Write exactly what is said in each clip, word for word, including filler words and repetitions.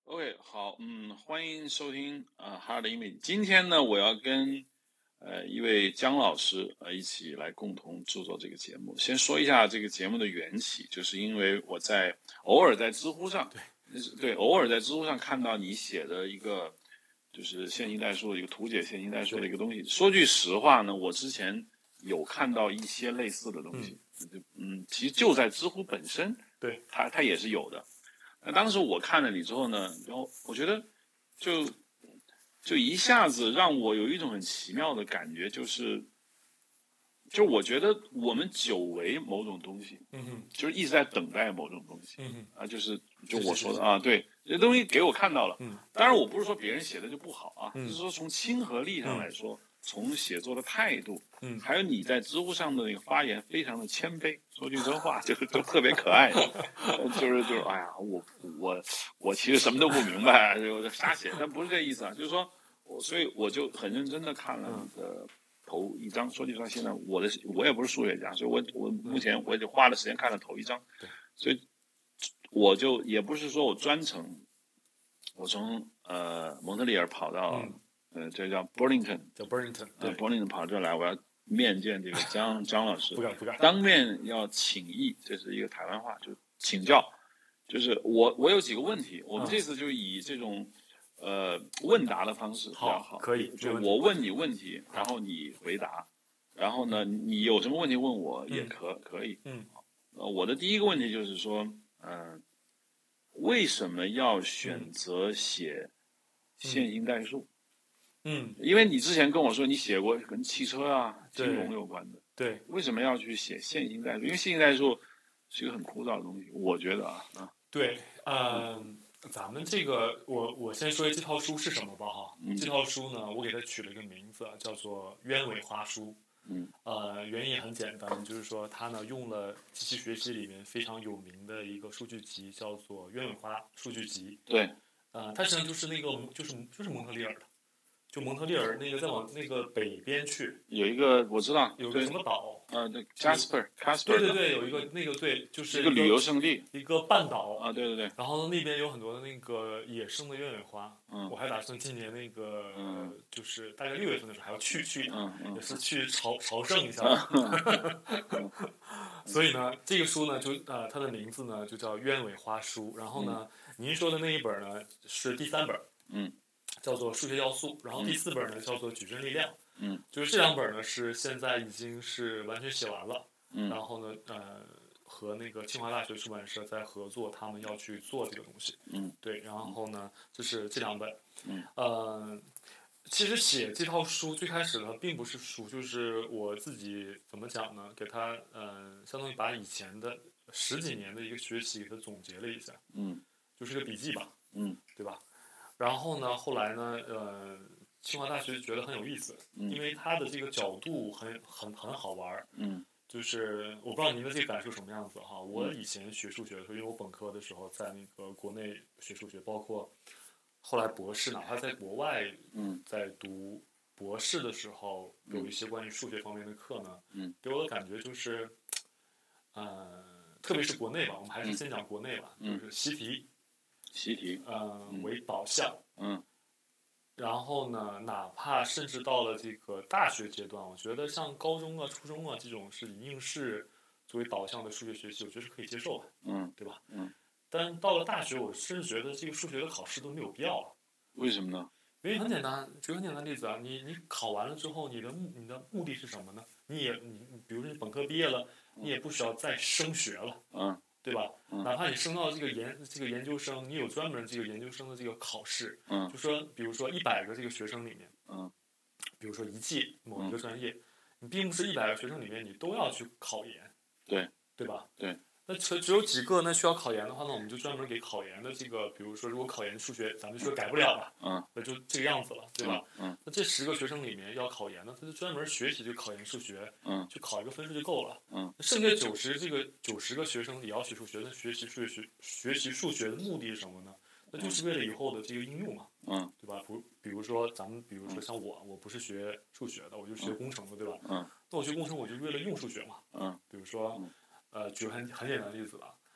OK， 好，嗯，欢迎收听啊哈尔的英美。今天呢，我要跟呃一位姜老师呃一起来共同制作这个节目。先说一下这个节目的缘起，就是因为我在偶尔在知乎上，对对，偶尔在知乎上看到你写的一个就是线性代数的一个图解线性代数的一个东西。说句实话呢，我之前有看到一些类似的东西，嗯，嗯其实就在知乎本身， 对， 它它也是有的。那当时我看了你之后呢，然后我觉得就就一下子让我有一种很奇妙的感觉，就是就我觉得我们久违某种东西， 嗯哼， 就是一直在等待某种东西， 嗯哼， 啊，就是就我说的是是是啊，对，这东西给我看到了， 嗯， 当然我不是说别人写的就不好啊， 嗯就是说从亲和力上来说，从写作的态度， 嗯， 还有你在知乎上的那个发言，非常的谦卑，说句真话，就是就特别可爱，就是就是，哎呀，我我我其实什么都不明白，就瞎写，但不是这意思啊，就是说，我所以我就很认真的看了你的头一章。说句实话，现在我的我也不是数学家，所以我我目前我就花了时间看了头一章，所以我就也不是说我专程，我从呃蒙特利尔跑到、嗯、呃这叫 Burlington， 叫 Burlington， 对、呃、，Burlington 跑这来，我要面见这个张张老师， 不敢不敢， 当面要请益，这是一个台湾话，就请教。就是我我有几个问题，我们这次就以这种、嗯、呃问答的方式比较好， 可以， 就我问你问题，然后你回答，然后呢，你有什么问题问我也可、嗯、可以。 嗯， 呃，我的第一个问题就是说，嗯、呃，为什么要选择写线性代数？ 嗯， 因为你之前跟我说你写过跟汽车啊、金融有关的， 对， 为什么要去写线性代数？因为线性代数是一个很枯燥的东西，我觉得啊啊。 对，嗯，咱们这个，我我先说这套书是什么吧哈。嗯、这套书呢，我给它取了一个名字，叫做《鸢尾花书》。 嗯， 呃，原因也很简单，就是说它呢用了机器学习里面非常有名的一个数据集，叫做鸢尾花数据集。 对， 呃，它实际上就是那个就是就是蒙特利尔的。就蒙特利尔那个再往那个北边去， 有一个我知道， 有个什么岛， 呃，对 ，Jasper，Jasper， 对对对，有一个那个对，就是一个旅游胜地， 一个半岛啊，对对对。 然后那边有很多的那个野生的鸢尾花， 嗯， 我还打算今年那个， 嗯， 就是大概六月份的时候还要去去， 嗯嗯， 也是去朝朝圣一下。嗯、所以呢，这个书呢，就呃，它的名字呢就叫《鸢尾花书》，然后呢，嗯、您说的那一本呢是第三本， 嗯。 叫做数学要素，然后第四本呢、嗯、叫做矩阵力量， 嗯， 就是这两本呢是现在已经是完全写完了， 嗯， 然后呢，呃，和那个清华大学出版社在合作，他们要去做这个东西， 嗯， 对，然后呢，就是这两本， 嗯， 呃，其实写这套书最开始呢并不是书，就是我自己怎么讲呢，给它，呃，相当于把以前的十几年的一个学习给它总结了一下， 嗯， 就是个笔记吧， 嗯， 对吧？然后呢，后来呢，呃，清华大学觉得很有意思， 嗯、 因为它的这个角度很很很好玩， 嗯， 就是我不知道您的这个感受什么样子哈。我以前学数学的时候，因为我本科的时候在那个国内学数学，包括后来博士，哪怕在国外， 嗯， 在读博士的时候，有一些关于数学方面的课呢， 嗯， 给我的感觉就是，呃，特别是国内吧，我们还是先讲国内吧， 嗯、 就是习题。 习题， 呃，为导向， 嗯， 然后呢，哪怕甚至到了这个大学阶段，我觉得像高中啊、初中啊这种是以应试作为导向的数学学习，我觉得是可以接受的， 嗯， 对吧？ 嗯， 但到了大学，我甚至觉得这个数学的考试都没有必要了。 为什么呢？ 原因很简单，举个很简单的例子啊，你你考完了之后，你的目你的目的是什么呢？你也你比如说你本科毕业了，你也不需要再升学了， 嗯。 对吧？ 嗯、 哪怕你升到这个研这个研究生，你有专门这个研究生的这个考试， 嗯， 就说比如说一百个这个学生里面， 嗯， 比如说一届某一个专业，嗯、你并不是一百个学生里面你都要去考研， 对， 对吧？ 对。 那只只有几个那需要考研的话，那我们就专门给考研的这个，比如说如果考研数学咱们说改不了了， 嗯， 那就这个样子了，对吧？ 嗯，嗯那这十个学生里面要考研的，他就专门学习这个考研数学， 嗯， 去考一个分数就够了， 嗯， 剩下九十这个九十个学生也要学数学，那学习数学学学习数学的目的是什么呢？那就是为了以后的这个应用嘛， 嗯， 对吧？不，比如说咱们，比如说像我，我不是学数学的，我就学工程的，对吧？ 嗯， 那我学工程，我就为了用数学嘛， 嗯， 比如说，呃，举个很很简单的例子吧。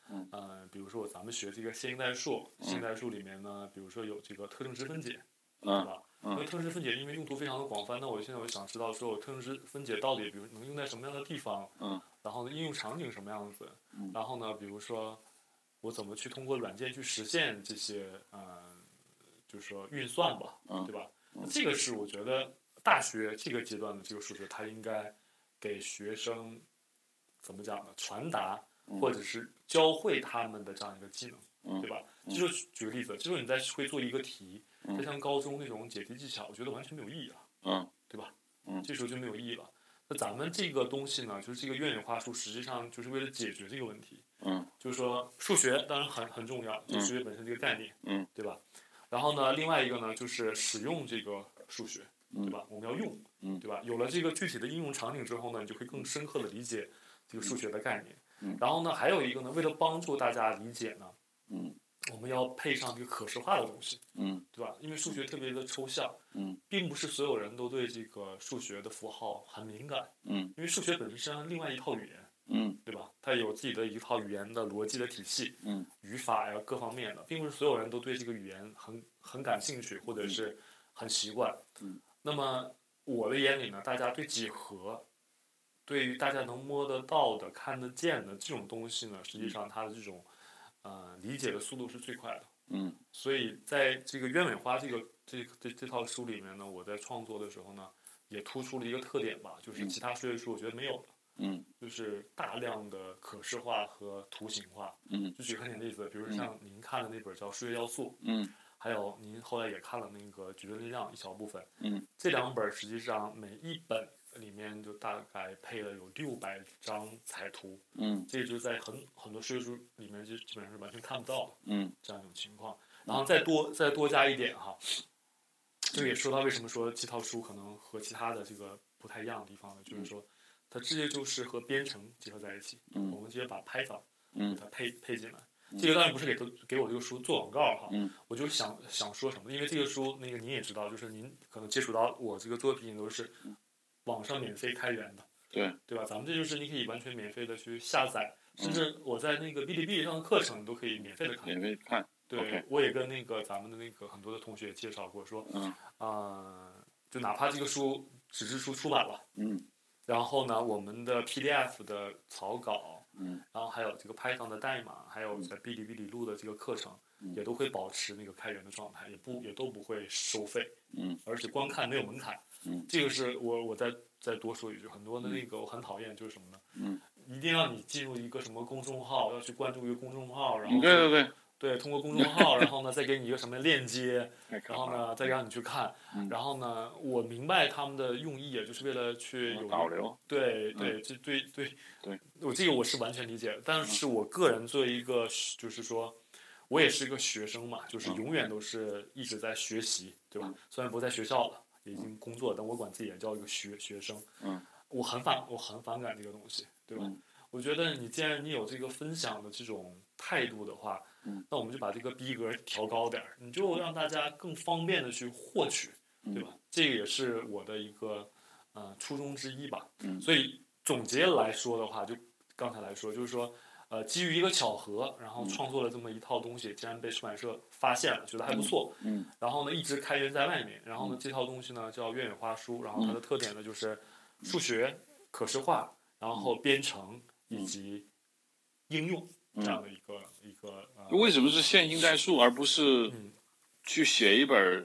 嗯，呃，比如说咱们学这个线性代数，线性代数里面呢，比如说有这个特征值分解， 嗯， 对吧？因为特征值分解因为用途非常的广泛，那我现在我想知道说，我特征值分解到底比如能用在什么样的地方？ 嗯， 然后呢，应用场景什么样子？ 嗯， 然后呢，比如说我怎么去通过软件去实现这些呃，就是说运算吧， 嗯， 对吧？那这个是我觉得大学这个阶段的这个数学，它应该给学生怎么讲呢？传达或者是教会他们的这样一个技能。 嗯， 对吧？就是举个例子，就是你在会做一个题，再像高中那种解题技巧，我觉得完全没有意义了， 嗯， 对吧？ 嗯， 这时候就没有意义了。那咱们这个东西呢，就是这个愿语化数，实际上就是为了解决这个问题。 嗯， 就是说数学当然很很重要，就数学本身这个概念， 嗯， 对吧？然后呢，另外一个呢，就是使用这个数学，对吧？我们要用， 嗯， 对吧？有了这个具体的应用场景之后呢，你就会更深刻的理解这个数学的概念。 嗯， 然后呢，还有一个呢，为了帮助大家理解呢， 嗯， 我们要配上这个可视化的东西， 嗯， 对吧？因为数学特别的抽象， 嗯， 并不是所有人都对这个数学的符号很敏感， 嗯， 因为数学本身是另外一套语言， 嗯， 对吧？它有自己的一套语言的逻辑的体系， 嗯， 语法呀各方面的，并不是所有人都对这个语言很很感兴趣或者是很习惯。 嗯， 那么我的眼里呢，大家对几何，对于大家能摸得到的、看得见的这种东西呢，实际上它的这种呃理解的速度是最快的。 嗯， 所以在这个鸢尾花这个这这这套书里面呢，我在创作的时候呢，也突出了一个特点吧，就是其他数学书我觉得没有的， 嗯， 就是大量的可视化和图形化。 嗯， 就举个简单例子，比如像您看的那本叫《数学要素》， 嗯， 还有您后来也看了那个《矩阵力量》一小部分， 嗯， 这两本实际上每一本里面就大概配了有六百张彩图， 嗯， 这就在很很多数学书里面就基本上是完全看不到的， 嗯， 这样一种情况。然后再多再多加一点哈，这个也说到为什么说这套书可能和其他的这个不太一样的地方呢？就是说它直接就是和编程结合在一起， 嗯， 我们直接把 Python 嗯， 给它配配进来。这个当然不是给给我这个书做广告哈， 嗯， 我就想想说什么，因为这个书那个您也知道，就是您可能接触到我这个作品都是网上免费开源的， 对对吧？咱们这就是你可以完全免费的去下载，甚至我在那个哔哩哔哩上的课程都可以免费的看。 免费看。 对， okay. 我也跟那个咱们的那个很多的同学也介绍过，说， 嗯， 呃，就哪怕这个书纸质书出版了， 嗯， 然后呢，我们的 P D F 的草稿， 嗯， 然后还有这个 Python 的代码，还有在哔哩哔哩录的这个课程， 嗯、 也都会保持那个开源的状态，也不也都不会收费， 嗯， 而且观看没有门槛， 嗯， 这个是我我再再多说一句，很多的那个我很讨厌就是什么呢？ 嗯， 一定让你进入一个什么公众号，要去关注一个公众号，然后对对对。 对，通过公众号，然后呢，再给你一个什么链接， 然后呢，再让你去看， 嗯、 然后呢，我明白他们的用意，就是为了去有导流。 对对，这、嗯、对对对， 我这个我是完全理解的，但是我个人作为一个，就是说，我也是一个学生嘛，就是永远都是一直在学习，对吧？ 嗯、 虽然不在学校了，已经工作了，但我管自己也叫一个学学生。 嗯， 我很反，我很反感这个东西，对吧？ 嗯、 我觉得你既然你有这个分享的这种态度的话， 嗯， 那我们就把这个逼格调高点儿，你就让大家更方便的去获取，对吧？ 嗯、 这个也是我的一个呃初衷之一吧。 嗯， 所以总结来说的话，就刚才来说，就是说，呃，基于一个巧合，然后创作了这么一套东西，竟然被出版社发现了，觉得还不错。 嗯， 然后呢，一直开源在外面。然后呢，这套东西呢叫鸢尾花书，然后它的特点呢就是数学、可视化，然后编程以及应用。这样的一个、嗯、一个、呃、 为什么是线性代数，而不是去写一本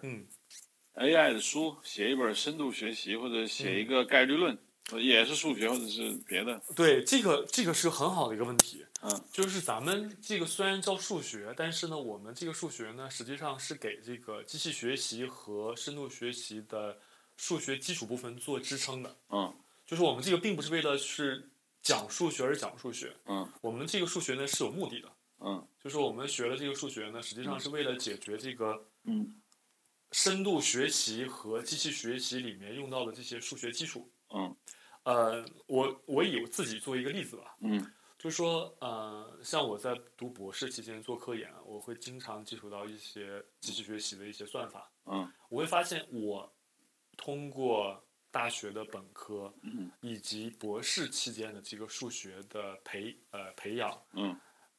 A I 的书，写一本深度学习，或者写一个概率论，嗯、也是数学或者是别的？ 对，这个这个是很好的一个问题。 嗯， 就是咱们这个虽然叫数学，但是呢，我们这个数学呢，实际上是给这个机器学习和深度学习的数学基础部分做支撑的。 嗯， 就是我们这个并不是为了是讲数学而讲数学， 嗯， 我们这个数学呢是有目的的， 嗯， 就是我们学了这个数学呢，实际上是为了解决这个， 嗯， 深度学习和机器学习里面用到的这些数学基础， 嗯， 呃，我我以我自己作为一个例子吧， 嗯， 就是说，呃，像我在读博士期间做科研，我会经常接触到一些机器学习的一些算法， 嗯， 我会发现我通过大学的本科， 嗯， 以及博士期间的这个数学的培呃培养， 嗯，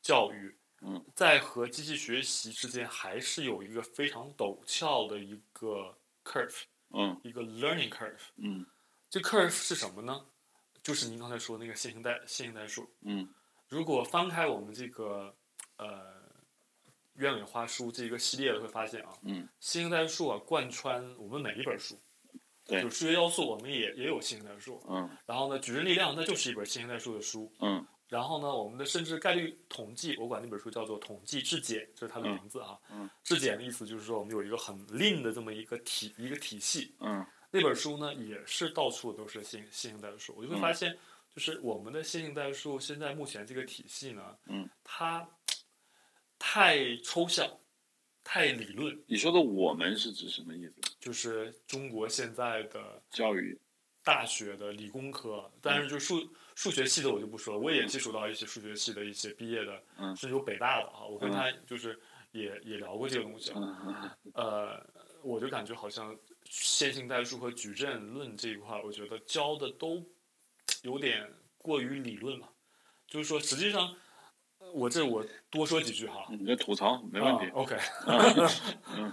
教育， 嗯， 在和机器学习之间还是有一个非常陡峭的一个 curve， 嗯， 一个 learning curve， 嗯， 这 curve 是什么呢？就是您刚才说那个线性代线性代数， 嗯， 如果翻开我们这个呃鸢尾花书这个系列的，会发现啊， 嗯， 线性代数啊贯穿我们每一本书。 对， 就数学要素我们也也有线性代数， 嗯， 然后呢，矩阵力量那就是一本线性代数的书， 嗯， 然后呢，我们的甚至概率统计，我管那本书叫做统计质检，这是它的名字啊。 嗯， 质检的意思就是说我们有一个很 lean 的这么一个体一个体系。 嗯， 那本书呢也是到处都是线线性代数，我就会发现，就是我们的线性代数现在目前这个体系呢， 嗯， 它太抽象。太理论， 你说的我们是指什么意思？ 就是中国现在的教育、 大学的理工科，但是就数数学系的我就不说了，我也接触到一些数学系的一些毕业的， 嗯， 甚至有北大的啊，我跟他就是也、嗯、也聊过这个东西， 嗯， 呃，我就感觉好像线性代数和矩阵论这一块，我觉得教的都有点过于理论了，就是说实际上。我这我多说几句哈， 你这吐槽没问题。 啊、OK， 嗯，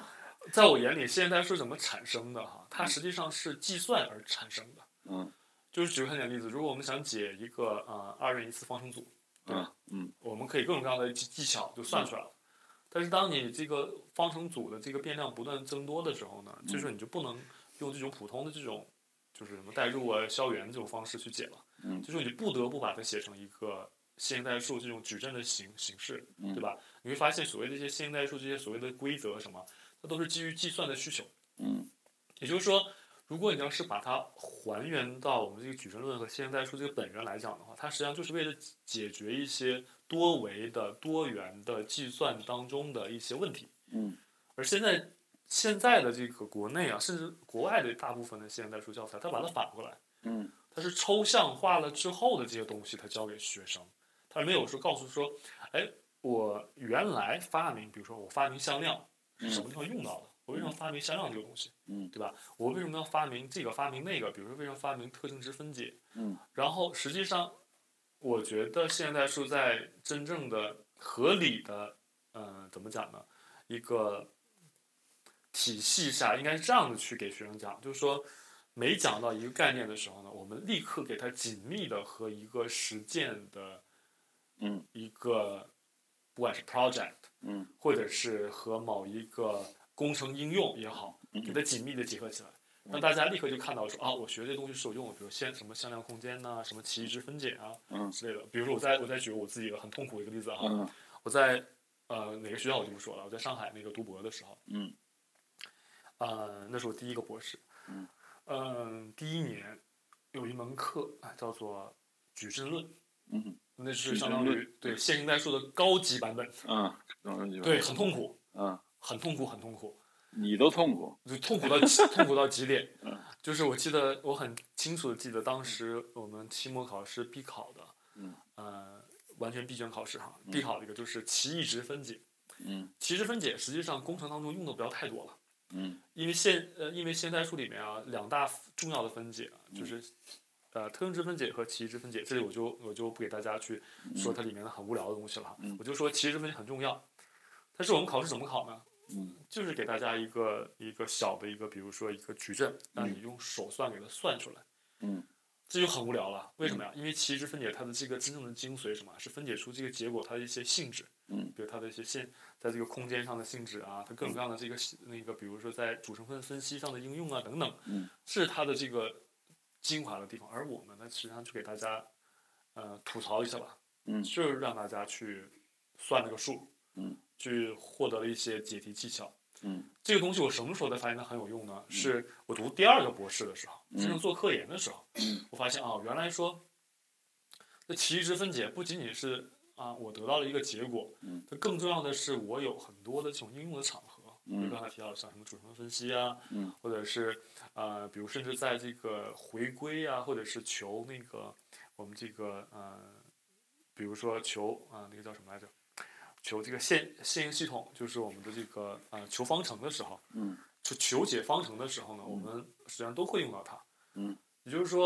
我眼里，线性代数怎么产生的哈？它实际上是计算而产生的。 嗯， 就是举个很简单的例子，如果我们想解一个呃二元一次方程组，对吧？ 嗯， 我们可以各种各样的技技巧就算出来了。但是当你这个方程组的这个变量不断增多的时候呢，就是你就不能用这种普通的这种就是什么代入啊、消元这种方式去解了。 嗯， 就是你不得不把它写成一个。线性代数这种矩阵的形形式， 对吧？你会发现，所谓的这些线性代数这些所谓的规则什么，它都是基于计算的需求。 嗯， 也就是说，如果你要是把它还原到我们这个矩阵论和线性代数这个本源来讲的话，它实际上就是为了解决一些多维的、多元的计算当中的一些问题。 嗯， 而现在现在的这个国内啊，甚至国外的大部分的线性代数教材，它把它反过来， 嗯， 它是抽象化了之后的这些东西，它教给学生。他没有说告诉说，哎，我原来发明，比如说我发明向量是什么地方用到的？嗯、我为什么发明向量这个东西？ 嗯， 对吧？我为什么要发明这个发明那个？比如说为什么发明特征值分解？ 嗯， 然后实际上，我觉得线性代数在真正的合理的，呃，怎么讲呢？一个体系下，应该是这样的去给学生讲，就是说。每讲到一个概念的时候呢，我们立刻给它紧密的和一个实践的， 嗯， 一个不管是 project， 嗯， 或者是和某一个工程应用也好，给它紧密的结合起来，让大家立刻就看到说啊，我学这东西是有用的，比如先什么向量空间呐、啊，什么奇异值分解啊， 嗯之类的。比如说我再我再举我自己的很痛苦的一个例子哈， 嗯， 我在呃哪个学校我就不说了，我在上海那个读博的时候， 嗯， 呃，那是我第一个博士， 嗯。 嗯，第一年有一门课叫做矩阵论， 嗯， 那是相当于对线性代数的高级版本。 嗯， 对，很痛苦。 嗯， 很痛苦，很痛苦。 你都痛苦， 就痛苦到痛苦到极点。 嗯， 就是我记得我很清楚的记得当时我们期末考试必考的， 嗯， 呃，完全闭卷考试哈，必考的一个就是奇异值分解。 嗯， 奇异值分解实际上工程当中用的不要太多了。 嗯， 因为线呃，因为线代数里面啊，两大重要的分解啊，就是，呃，特征值分解和奇异值分解。这里我就我就不给大家去说它里面的很无聊的东西了哈， 嗯、 我就说奇异值分解很重要。但是我们考试怎么考呢？ 嗯， 就是给大家一个一个小的一个，比如说一个矩阵，让你用手算给它算出来。 嗯， 这就很无聊了。为什么呀？因为奇异值分解它的这个真正的精髓是什么？是分解出这个结果它的一些性质。 嗯， 比如它的一些线，在这个空间上的性质啊，它各种各样的这个那个，比如说在主成分分析上的应用啊等等， 嗯， 是它的这个精华的地方。而我们呢，实际上就给大家呃吐槽一下吧， 嗯， 就是让大家去算那个数， 嗯， 去获得了一些解题技巧。 嗯， 这个东西我什么时候才发现它很有用呢？是我读第二个博士的时候，真正做科研的时候， 嗯， 我发现啊，原来说这奇异值分解不仅仅是啊，我得到了一个结果， 嗯， 它更重要的是我有很多的这种应用的场合， 嗯， 比如刚才提到的像什么主成分分析啊， 嗯， 或者是呃，比如甚至在这个回归啊，或者是求那个我们这个呃，比如说求啊、呃、那个叫什么来着？求这个线线性系统，就是我们的这个呃求方程的时候， 嗯， 求求解方程的时候呢，我们实际上都会用到它， 嗯， 也就是说。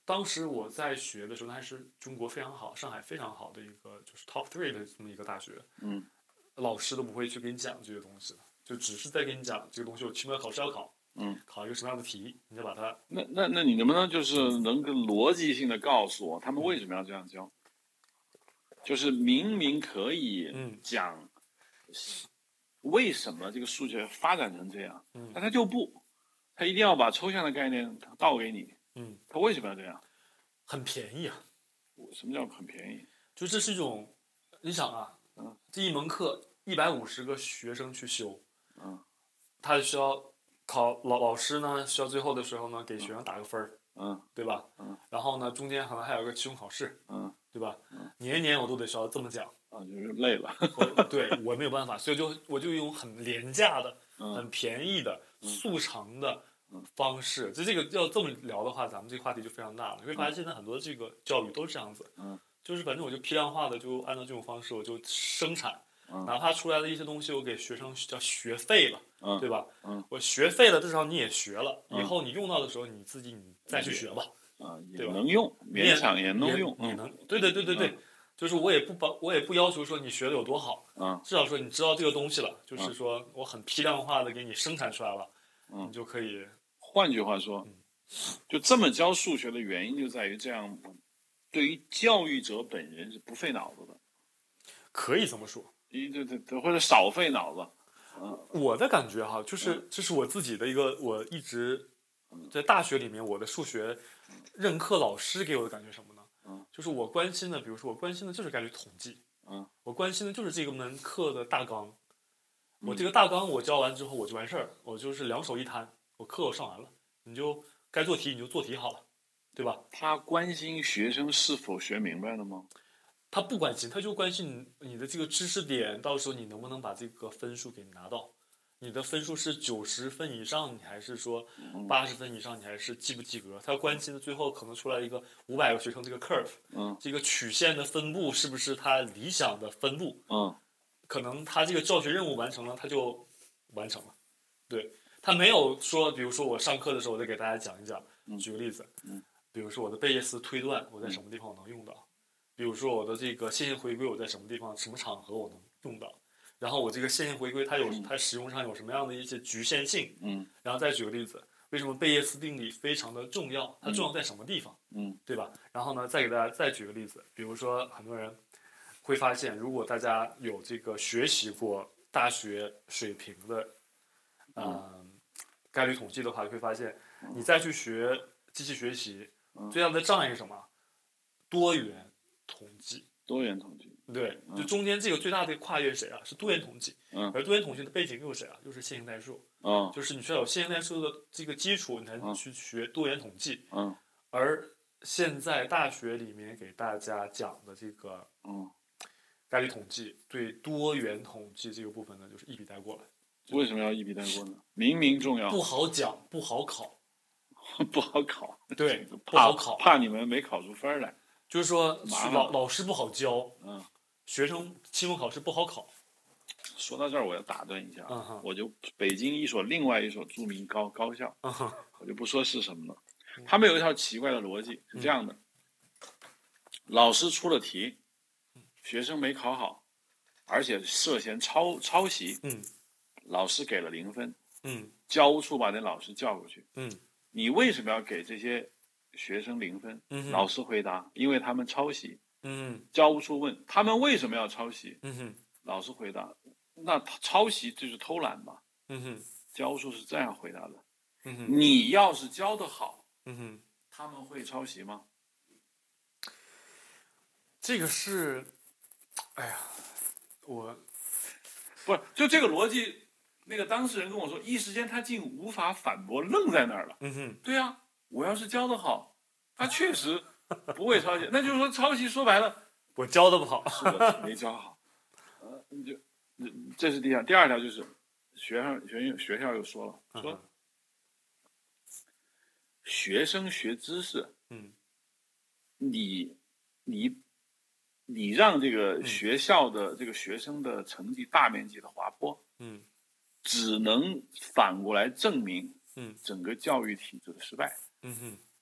当时我在学的时候，那还是中国非常好、上海非常好的一个就是 top three 的这么一个大学。 嗯， 老师都不会去给你讲这些东西的，就只是在给你讲这个东西，我期末考试要考， 嗯， 考一个什么样的题，你就把它。 那那那你能不能就是能更逻辑性的告诉我，他们为什么要这样教？就是明明可以讲为什么这个数学发展成这样， 嗯， 但他就不，他一定要把抽象的概念倒给你。 嗯， 他为什么要这样？ 很便宜啊！ 什么叫很便宜？ 就这是一种，你想啊， 嗯， 这一门课一百五十个学生去修， 嗯， 他需要考老老师呢，需要最后的时候呢给学生打个分儿， 嗯， 对吧？ 嗯， 然后呢中间可能还有一个期中考试， 嗯， 对吧？ 嗯， 年年我都得需要这么讲。 啊，就是累了。 我对我没有办法，所以就我就用很廉价的、 嗯、 很便宜的、 嗯、 速成的方式。就这个要这么聊的话，咱们这个话题就非常大了。你会发现现在很多这个教育都是这样子， 嗯， 就是反正我就批量化的就按照这种方式我就生产， 嗯、 哪怕出来的一些东西我给学生叫学废了， 嗯、 对吧？ 嗯， 我学废了，至少你也学了， 嗯、 以后你用到的时候你自己你再去学吧， 啊， 对吧？ 能用，勉强也能用， 也能，对对对对对。嗯，就是我也不把，我也不要求说你学的有多好， 嗯， 至少说你知道这个东西了，就是说我很批量化的给你生产出来了，嗯，你就可以。 换句话说， 嗯， 就这么教数学的原因就在于这样，对于教育者本人是不费脑子的， 可以这么说， 一对对对，或者少费脑子。嗯， 我的感觉哈，就是这是我自己的一个，我一直在大学里面，我的数学任课老师给我的感觉什么呢？ 嗯， 就是我关心的，比如说我关心的就是概率统计， 嗯， 我关心的就是这个门课的大纲， 嗯、 我这个大纲我教完之后我就完事儿，我就是两手一摊，我课我上完了，你就该做题你就做题好了，对吧？ 他关心学生是否学明白了吗？ 他不关心，他就关心你的这个知识点，到时候你能不能把这个分数给拿到。你的分数是九十分以上，你还是说八十分以上，你还是及不及格？他关心的最后可能出来一个五百个学生这个 curve， 嗯， 这个曲线的分布是不是他理想的分布？ 嗯， 可能他这个教学任务完成了，他就完成了。对，他没有说，比如说我上课的时候，我再给大家讲一讲。举个例子， 嗯， 比如说我的贝叶斯推断，我在什么地方我能用到？嗯，比如说我的这个线性回归，我在什么地方、什么场合我能用到？然后我这个线性回归它有它使用上有什么样的一些局限性？ 嗯， 然后再举个例子，为什么贝叶斯定理非常的重要？它重要在什么地方？ 嗯，对吧？然后呢，再给大家再举个例子，比如说很多人会发现，如果大家有这个学习过大学水平的，嗯、呃，概率统计的话，你会发现，你再去学机器学习，最大的障碍是什么？多元统计。 多元统计。 对，就中间这个最大的跨越是谁啊？是多元统计。 嗯， 而多元统计的背景又是谁啊？又是线性代数。 嗯， 就是你需要有线性代数的这个基础，你才能去学多元统计。 嗯， 而现在大学里面给大家讲的这个， 嗯， 概率统计对多元统计这个部分呢，就是一笔带过了。 为什么要一笔带过呢？明明重要。 不好讲，不好考。 不好考。 对，不好考， 怕你们没考出分来。 就是说老老师不好教。 嗯。 学生期末考试不好考。 说到这儿，我要打断一下， 嗯、 我就北京一所另外一所著名高高校， 嗯、 我就不说是什么了。他们有一套奇怪的逻辑，是这样的： 嗯、 老师出了题，学生没考好，而且涉嫌抄抄袭， 嗯， 老师给了零分， 嗯， 教务处把那老师叫过去， 嗯， 你为什么要给这些学生零分？ 嗯， 老师回答：因为他们抄袭。 嗯， 教务处问他们为什么要抄袭？ 嗯哼， 老师回答：那抄袭就是偷懒嘛。 嗯哼， 教务处是这样回答的： 嗯哼， 你要是教得好， 嗯哼， 他们会抄袭吗？ 这个是，哎呀，我不是就这个逻辑，那个当事人跟我说，一时间他竟无法反驳，愣在那儿了。 嗯哼， 对啊，我要是教得好，他确实不会抄袭，那就是说抄袭说白了， 我教的不好， 是的，没教好。呃，你就这是第一条，第二条就是学校学校学校又说了，说、嗯、学生学知识， 嗯， 你你你让这个学校的这个学生的成绩大面积的滑坡， 嗯， 只能反过来证明， 嗯， 整个教育体制的失败。 嗯哼。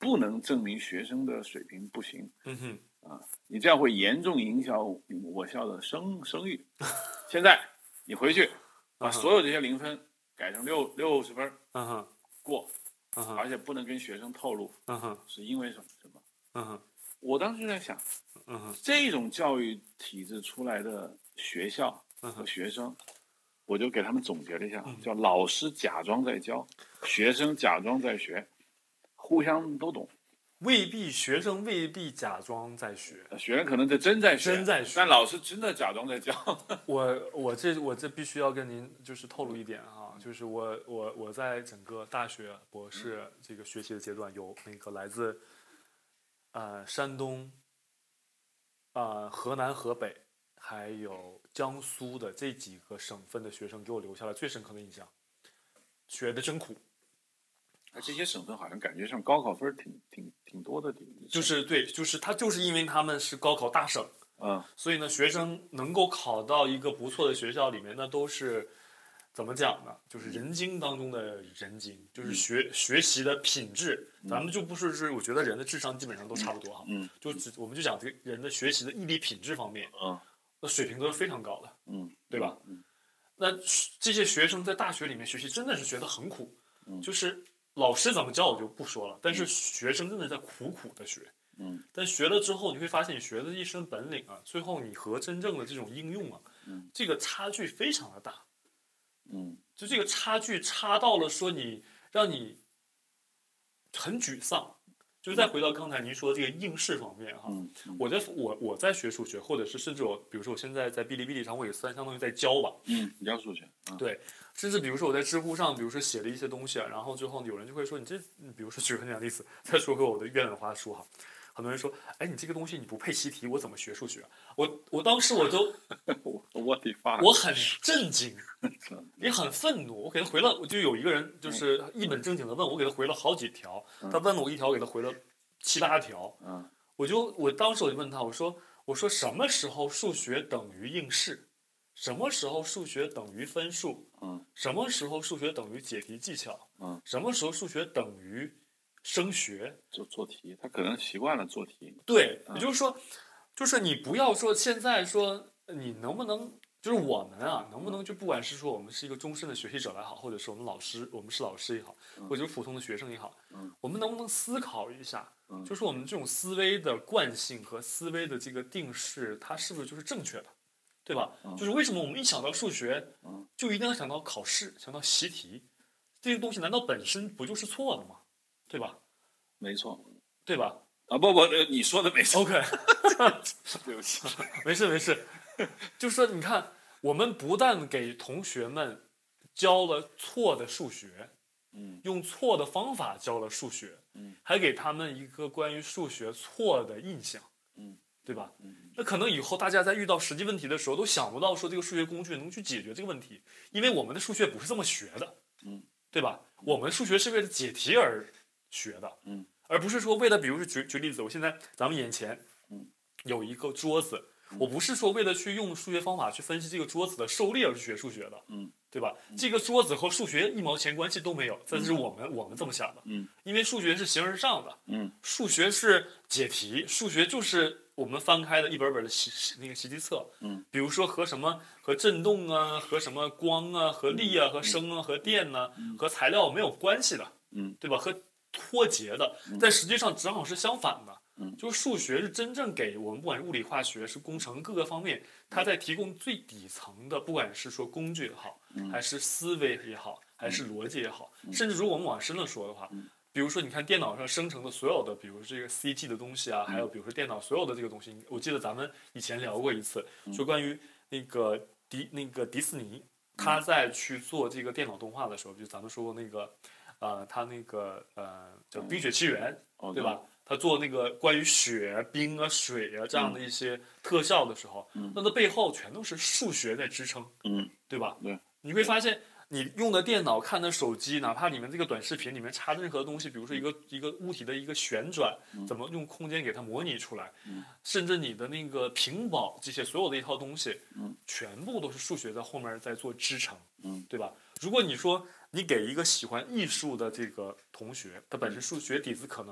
不能证明学生的水平不行。 嗯哼， 啊，你这样会严重影响我校的声声誉。现在你回去把所有这些零分改成六六十分， 嗯哼， 过， 嗯哼， 而且不能跟学生透露， 嗯哼， 是因为什么什么？ 嗯哼， 我当时就在想， 嗯哼， 这种教育体制出来的学校和学生，我就给他们总结了一下， 嗯叫老师假装在教，学生假装在学，互相都懂。 未必学生未必假装在学， 学生可能在真在学， 真在学， 但老师真的假装在教。 我我这我这必须要跟您就是透露一点哈，就是我我我在整个大学博士这个学习的阶段，有那个来自呃山东、呃河南、河北还有江苏的这几个省份的学生，给我留下了最深刻的印象，学的真苦。 这些省份好像感觉上高考分挺挺挺多的， 就是对，就是他就是因为他们是高考大省， 嗯， 所以呢，学生能够考到一个不错的学校里面，那都是怎么讲呢？就是人精当中的人精，就是学、嗯、学习的品质。咱们就不是是，我觉得人的智商基本上都差不多哈， 嗯， 就只我们就讲这个人的学习的毅力品质方面， 嗯， 那水平都是非常高的， 嗯， 对吧？ 嗯， 那这些学生在大学里面学习真的是学得很苦， 嗯， 就是。老师怎么教我就不说了，但是学生真的在苦苦的学， 嗯， 但学了之后你会发现，你学的一身本领啊，最后你和真正的这种应用啊， 嗯， 这个差距非常的大， 嗯， 就这个差距差到了说你让你很沮丧。就再回到刚才您说的这个应试方面哈， 嗯， 我在我我在学数学，或者是甚至我，比如说我现在在哔哩哔哩上，我也算相当于在教吧， 嗯，教数学， 嗯、对。甚至比如说我在知乎上，比如说写了一些东西啊，然后最后有人就会说你这，比如说举个很简单的例子，再说回我的月亮花书哈，很多人说，哎，你这个东西你不配习题，我怎么学数学？我我当时我都， 我的妈， 我很震惊，也很愤怒，我给他回了，我就有一个人就是一本正经的问我，给他回了好几条，他问了我一条，我给他回了七八条， 嗯， 我就我当时我就问他，我说我说什么时候数学等于应试？什么时候数学等于分数？ 嗯， 什么时候数学等于解题技巧？ 嗯， 什么时候数学等于升学？ 做做题，他可能习惯了做题。 对，也就是说，就是你不要说现在说你能不能，就是我们啊，能不能就不管是说我们是一个终身的学习者来好，或者是我们老师，我们是老师也好，或者是普通的学生也好， 嗯， 我们能不能思考一下， 嗯， 就是我们这种思维的惯性和思维的这个定式，它是不是就是正确的？对吧？ 嗯、 就是为什么我们一想到数学， 嗯、 就一定要想到考试，想到习题，这个东西难道本身不就是错的吗？对吧？ 没错， 对吧？ 啊不不，你说的没错。 OK， 对不起， 没事没事。就是说，你看，我们不但给同学们教了错的数学， 嗯， 用错的方法教了数学， 嗯， 还给他们一个关于数学错的印象， 嗯， 对吧？ 嗯。 那可能以后大家在遇到实际问题的时候，都想不到说这个数学工具能去解决这个问题，因为我们的数学不是这么学的， 嗯， 对吧？我们数学是为了解题而学的， 嗯， 而不是说为了，比如说举举例子，我现在咱们眼前， 嗯， 有一个桌子，我不是说为了去用数学方法去分析这个桌子的受力而去学数学的， 嗯， 对吧？这个桌子和数学一毛钱关系都没有，这是我们、嗯、我们这么想的， 嗯， 因为数学是形而上的， 嗯， 数学是解题，数学就是我们翻开的一本本的习那个习题册， 嗯， 比如说和什么和振动啊，和什么光啊，和力啊，和声啊，和电呐、啊嗯， 和材料没有关系的， 嗯， 对吧？和脱节的，但实际上正好是相反的。 嗯， 就是数学是真正给我们，不管是物理、化学、是工程各个方面，它在提供最底层的，不管是说工具也好， 嗯、 还是思维也好，还是逻辑也好， 嗯、 甚至如果我们往深了说的话， 嗯、 比如说你看电脑上生成的所有的，比如这个 C G 的东西啊， 嗯、 还有比如说电脑所有的这个东西，我记得咱们以前聊过一次， 嗯、 说关于那个迪那个迪士尼，他在去做这个电脑动画的时候，就咱们说过那个，呃，他那个呃叫《冰雪奇缘》， 哦、 对吧？他做那个关于雪、冰啊、水啊这样的一些特效的时候， 嗯、 那它背后全都是数学在支撑， 嗯， 对吧？ 对， 你会发现，你用的电脑、看的手机，哪怕你们这个短视频里面插的任何东西，比如说一个一个物体的一个旋转， 嗯、 怎么用空间给它模拟出来， 嗯、 甚至你的那个屏保这些所有的一套东西， 嗯、 全部都是数学在后面在做支撑， 嗯， 对吧？如果你说你给一个喜欢艺术的这个同学，他本身数学底子可能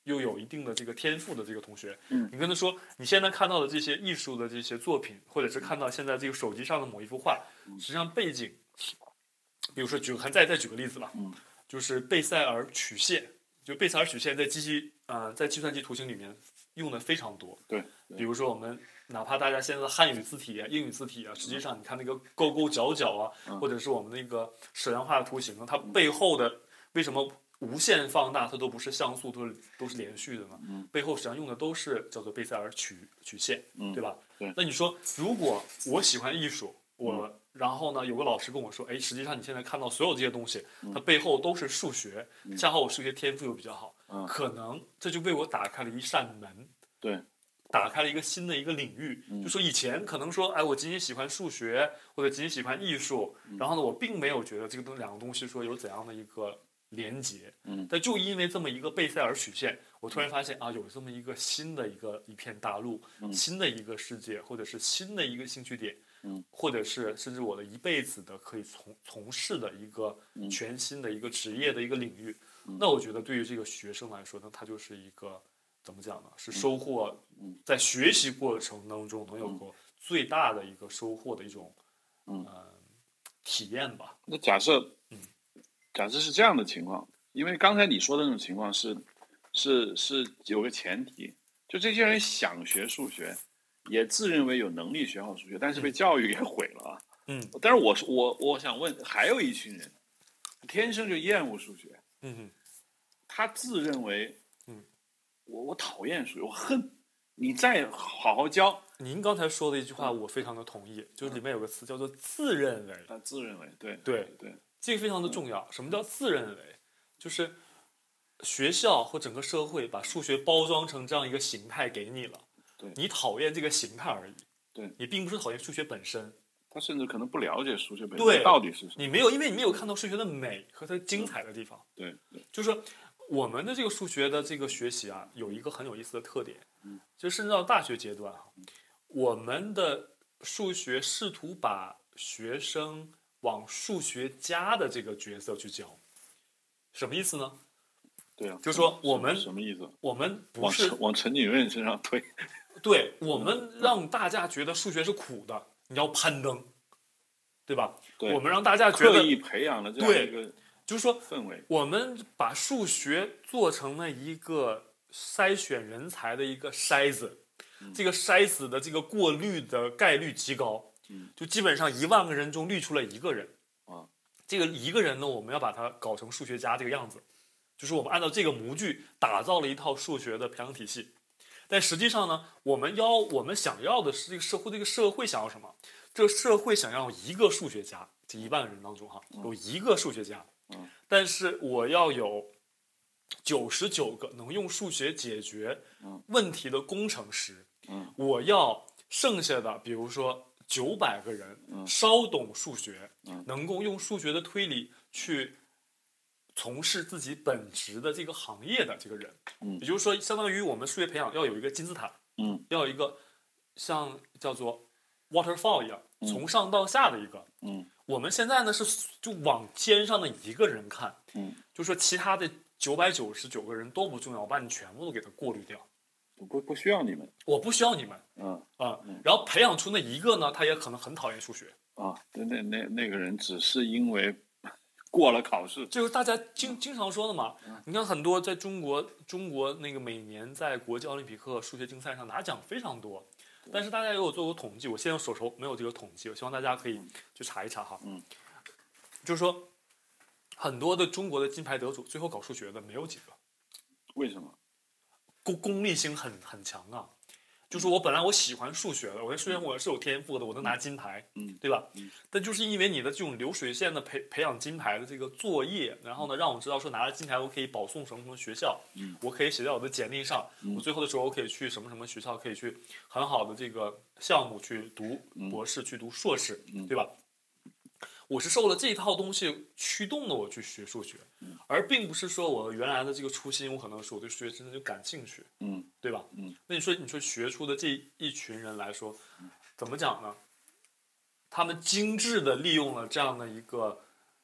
又有一定的这个天赋的这个同学， 嗯， 你跟他说，你现在看到的这些艺术的这些作品，或者是看到现在这个手机上的某一幅画，实际上背景，比如说举还再再举个例子吧， 嗯， 就是贝塞尔曲线，就贝塞尔曲线在机器呃在计算机图形里面用的非常多， 对， 比如说我们哪怕大家现在的汉语字体啊、英语字体啊，实际上你看那个勾勾角角啊， 嗯、 或者是我们那个矢量化的图形啊，它背后的为什么无限放大它都不是像素，都是都是连续的呢？ 嗯、 背后实际上用的都是叫做贝塞尔曲曲线， 嗯、 对吧？ 对。 那你说，如果我喜欢艺术，我、嗯、然后呢，有个老师跟我说，哎，实际上你现在看到所有这些东西，它背后都是数学， 嗯、 恰好我数学天赋又比较好， 嗯、 可能这就为我打开了一扇门， 对， 打开了一个新的一个领域。 嗯、 就说以前可能说，哎，我仅仅喜欢数学或者仅仅喜欢艺术， 嗯、 嗯然后呢，我并没有觉得这个两个东西说有怎样的一个连接， 嗯， 但就因为这么一个贝塞尔曲线，我突然发现啊，有这么一个新的一个一片大陆， 嗯、 新的一个世界，或者是新的一个兴趣点， 嗯， 或者是甚至我的一辈子的可以从从事的一个全新的一个职业的一个领域， 嗯、 那我觉得对于这个学生来说呢，他就是一个怎么讲呢？是收获， 嗯、 在学习过程当中能有过最大的一个收获的一种， 嗯、 呃、体验吧。 那假设， 嗯。 假设是这样的情况，因为刚才你说的那种情况是，是是有个前提，就这些人想学数学，也自认为有能力学好数学，但是被教育给毁了啊。 嗯。 但是我我我想问，还有一群人，天生就厌恶数学， 嗯哼， 他自认为， 嗯， 我我讨厌数学，我恨你，再好好教。 您刚才说的一句话，我非常的同意，就是里面有个词叫做自认为。 他自认为，对对对。 这个非常的重要。什么叫自认为？就是学校或整个社会把数学包装成这样一个形态给你了， 对， 你讨厌这个形态而已， 对， 你并不是讨厌数学本身。 他甚至可能不了解数学本身到底是什么。 你没有，因为你没有看到数学的美和它精彩的地方。 对对， 就是说我们的这个数学的这个学习啊，有一个很有意思的特点， 嗯， 就甚至到大学阶段啊，我们的数学试图把学生往数学家的这个角色去教，什么意思呢？ 对啊， 就是说我们什么意思？ 我们不是往往陈景润身上推， 对，我们让大家觉得数学是苦的，你要攀登，对吧？ 对， 我们让大家觉得刻意培养了这样一个， 就是说氛围， 我们把数学做成了一个筛选人才的一个筛子， 嗯、 这个筛子的这个过滤的概率极高。就基本上一万个人中滤出了一个人， 啊， 这个一个人呢，我们要把它搞成数学家这个样子，就是我们按照这个模具打造了一套数学的培养体系。但实际上呢，我们要我们想要的是这个社会，这个社会想要什么？这个社会想要一个数学家，这一万个人当中哈，有一个数学家， 嗯， 但是我要有九十九个能用数学解决问题的工程师， 嗯， 我要剩下的，比如说。九百个人稍懂数学， 嗯、 能够用数学的推理去从事自己本职的这个行业的这个人， 嗯， 也就是说，相当于我们数学培养要有一个金字塔， 嗯， 要有一个像叫做 waterfall 一样， 嗯、 从上到下的一个， 嗯， 我们现在呢是就往肩上的一个人看， 嗯， 就说其他的九百九十九个人都不重要，我把你全部都给它过滤掉。 不不需要你们， 我不需要你们， 嗯啊、嗯，然后培养出那一个呢，他也可能很讨厌数学啊，那那那那个人只是因为过了考试， 就是大家经经常说的嘛。嗯、你看很多在中国，中国那个每年在国际奥林匹克数学竞赛上拿奖非常多，但是大家也有做过统计，我现在手头没有这个统计，我希望大家可以去查一查哈。 嗯， 就是说很多的中国的金牌得主最后搞数学的没有几个， 为什么？ 功功利性很很强啊，就是我本来我喜欢数学的，我在数学我是有天赋的，我能拿金牌， 嗯， 对吧？ 嗯， 但就是因为你的这种流水线的培培养金牌的这个作业，然后呢，让我知道说拿了金牌我可以保送什么什么学校， 嗯， 我可以写在我的简历上， 嗯、 我最后的时候我可以去什么什么学校，可以去很好的这个项目去读博士，嗯、去读硕士， 嗯、 对吧？我是受了这一套东西驱动的，我去学数学， 嗯、 而并不是说我原来的这个初心，我可能是我对数学真的就感兴趣， 嗯， 对吧？ 嗯， 那你说，你说学出的这一群人来说，怎么讲呢？他们精致的利用了这样的一个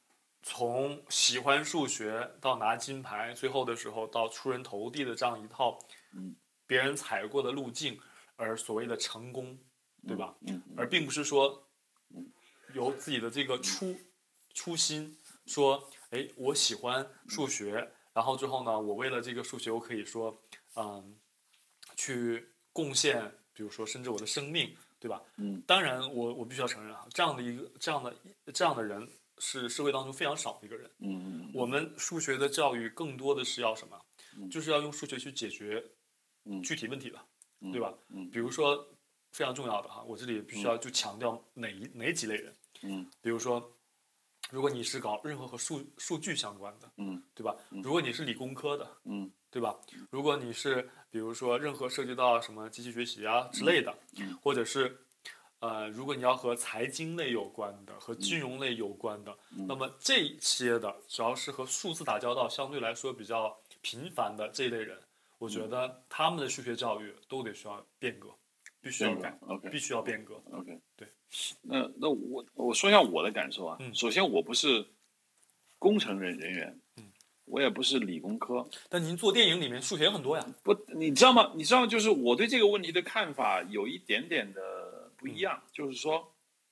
从喜欢数学到拿金牌，最后的时候到出人头地的这样一套别人踩过的路径，而所谓的成功，对吧？ 嗯， 而并不是说由自己的这个初初心说，哎，我喜欢数学，然后之后呢，我为了这个数学，我可以说，嗯，去贡献，比如说甚至我的生命，对吧？ 嗯， 当然我我必须要承认啊，这样的一个这样的这样的人是社会当中非常少的一个人。 嗯， 我们数学的教育更多的是要什么？就是要用数学去解决具体问题的，对吧？ 嗯， 比如说非常重要的哈，我这里必须要就强调哪一哪几类人。 嗯， 比如说，如果你是搞任何和数数据相关的， 嗯， 对吧？如果你是理工科的， 嗯， 对吧？如果你是比如说任何涉及到什么机器学习啊之类的， 嗯， 或者是呃，如果你要和财经类有关的、和金融类有关的， 嗯、 那么这些的，只要是和数字打交道相对来说比较频繁的这一类人，我觉得他们的数学教育都得需要变革，必须要改 ，OK， 必须要变革。 OK， 对。 那那我我说一下我的感受啊。 嗯、 首先，我不是工程人人员， 嗯， 我也不是理工科。 但您做电影里面数学也很多呀。 不，你知道吗？你知道，就是我对这个问题的看法有一点点的不一样，嗯、就是说，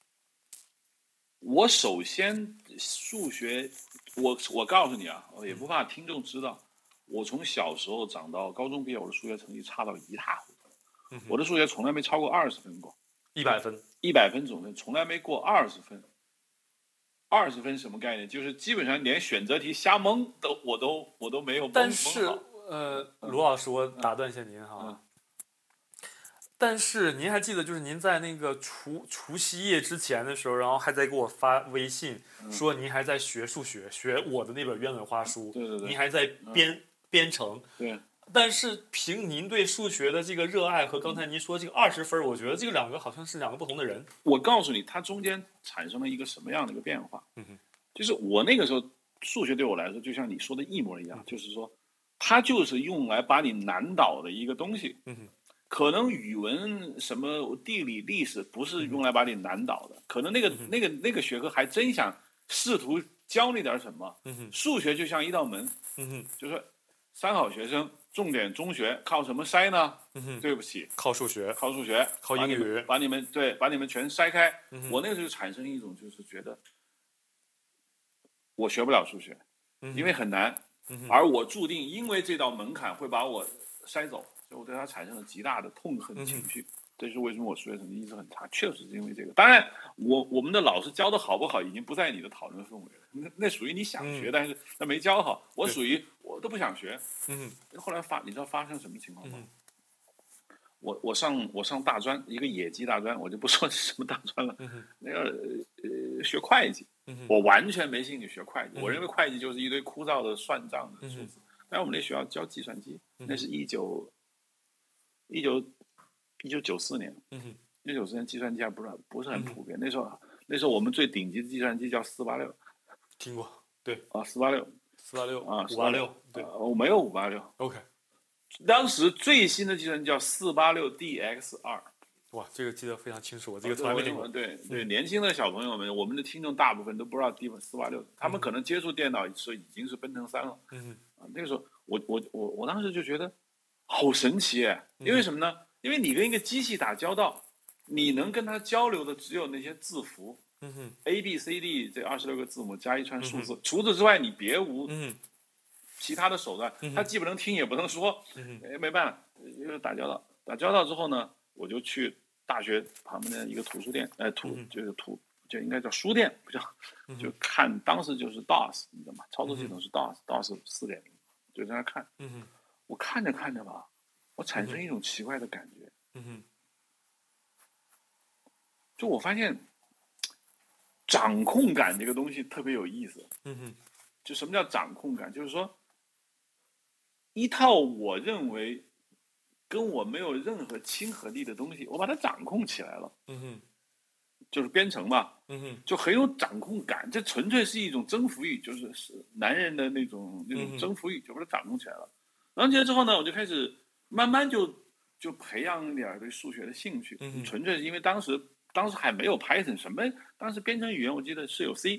我首先数学，我我告诉你啊，也不怕听众知道，我从小时候长到高中毕业，我的数学成绩差到一塌糊涂。嗯、我的数学从来没超过二十分过。 一百分， 一百分总分从来没过二十分。二十分什么概念？就是基本上连选择题瞎蒙都我都我都没有蒙。 但是呃，卢老师，我打断一下您哈。嗯、但是您还记得，就是您在那个除除夕夜之前的时候，然后还在给我发微信、嗯、说您还在学数学，学我的那本鸢尾花书。 对对对。 您还在编、嗯、编程。 对。 但是凭您对数学的这个热爱和刚才您说这个二十分，我觉得这个两个好像是两个不同的人。 我告诉你，它中间产生了一个什么样的一个变化？ 嗯哼， 就是我那个时候数学对我来说，就像你说的一模一样，嗯、就是说，它就是用来把你难倒的一个东西。 嗯哼， 可能语文、什么地理、历史不是用来把你难倒的，嗯、可能那个、嗯、那个那个学科还真想试图教你点什么。 嗯哼， 数学就像一道门。 嗯哼， 就是三好学生。重点中学靠什么筛呢？ 嗯、 对不起， 靠数学， 靠数学， 靠英语， 把你们对，把你们全筛开。 嗯、 我那个时候产生一种就是觉得，我学不了数学， 嗯、 因为很难， 嗯、 而我注定因为这道门槛会把我筛走，所以我对它产生了极大的痛恨情绪。 嗯、 这是为什么我数学成绩一直很差，确实是因为这个。当然，我我们的老师教的好不好，已经不在你的讨论氛围了。那那属于你想学， 嗯、 但是他没教好。我属于我都不想学。 嗯， 后来发，你知道发生什么情况吗？ 嗯、 我我上我上大专，一个野鸡大专，我就不说是什么大专了。 嗯、 那个呃学会计， 嗯、 我完全没兴趣学会计。 嗯、 我认为会计就是一堆枯燥的算账的数字。 嗯、 但我们那学校教计算机， 嗯、 那是一九一九一九九四年。 嗯一九九四年计算机还不是不是很普遍。嗯、那时候那时候我们最顶级的计算机叫四八六。 听过。对啊，四八六， 四八六啊， 五八六，对， 呃，我没有五八六。 OK， 当时最新的计算机叫四八六 D X 二。 哇，这个记得非常清楚，我这个从来没听过。 对对，年轻的小朋友们，我们的听众大部分都不知道 D 四八六，他们可能接触电脑是已经是奔腾三了。 嗯啊，那个时候我我我我当时就觉得好神奇哎，因为什么呢？因为你跟一个机器打交道，你能跟它交流的只有那些字符。 嗯哼 ，A B C D 这二十六个字母加一串数字，嗯、除此之外你别无其他的手段。 嗯、 他既不能听也不能说， 嗯、 哎，没办法，就打交道。打交道之后呢，我就去大学旁边的一个图书店，哎，图就是图就应该叫书店，不叫，就看当时就是 D O S， 你知道吗？操作系统是 D O S，D O S 四点零，就在那看。 嗯、 我看着看着吧，我产生一种奇怪的感觉。 嗯、 就我发现。掌控感这个东西特别有意思。 嗯哼， 就什么叫掌控感？就是说，一套我认为跟我没有任何亲和力的东西，我把它掌控起来了。 嗯哼， 就是编程嘛。 嗯哼， 就很有掌控感，这纯粹是一种征服欲，就是是男人的那种那种征服欲，就把它掌控起来了。然后起来之后呢，我就开始慢慢就就培养一点对数学的兴趣。 嗯， 纯粹是因为当时。当时还没有 Python 什么，当时编程语言我记得是有 C，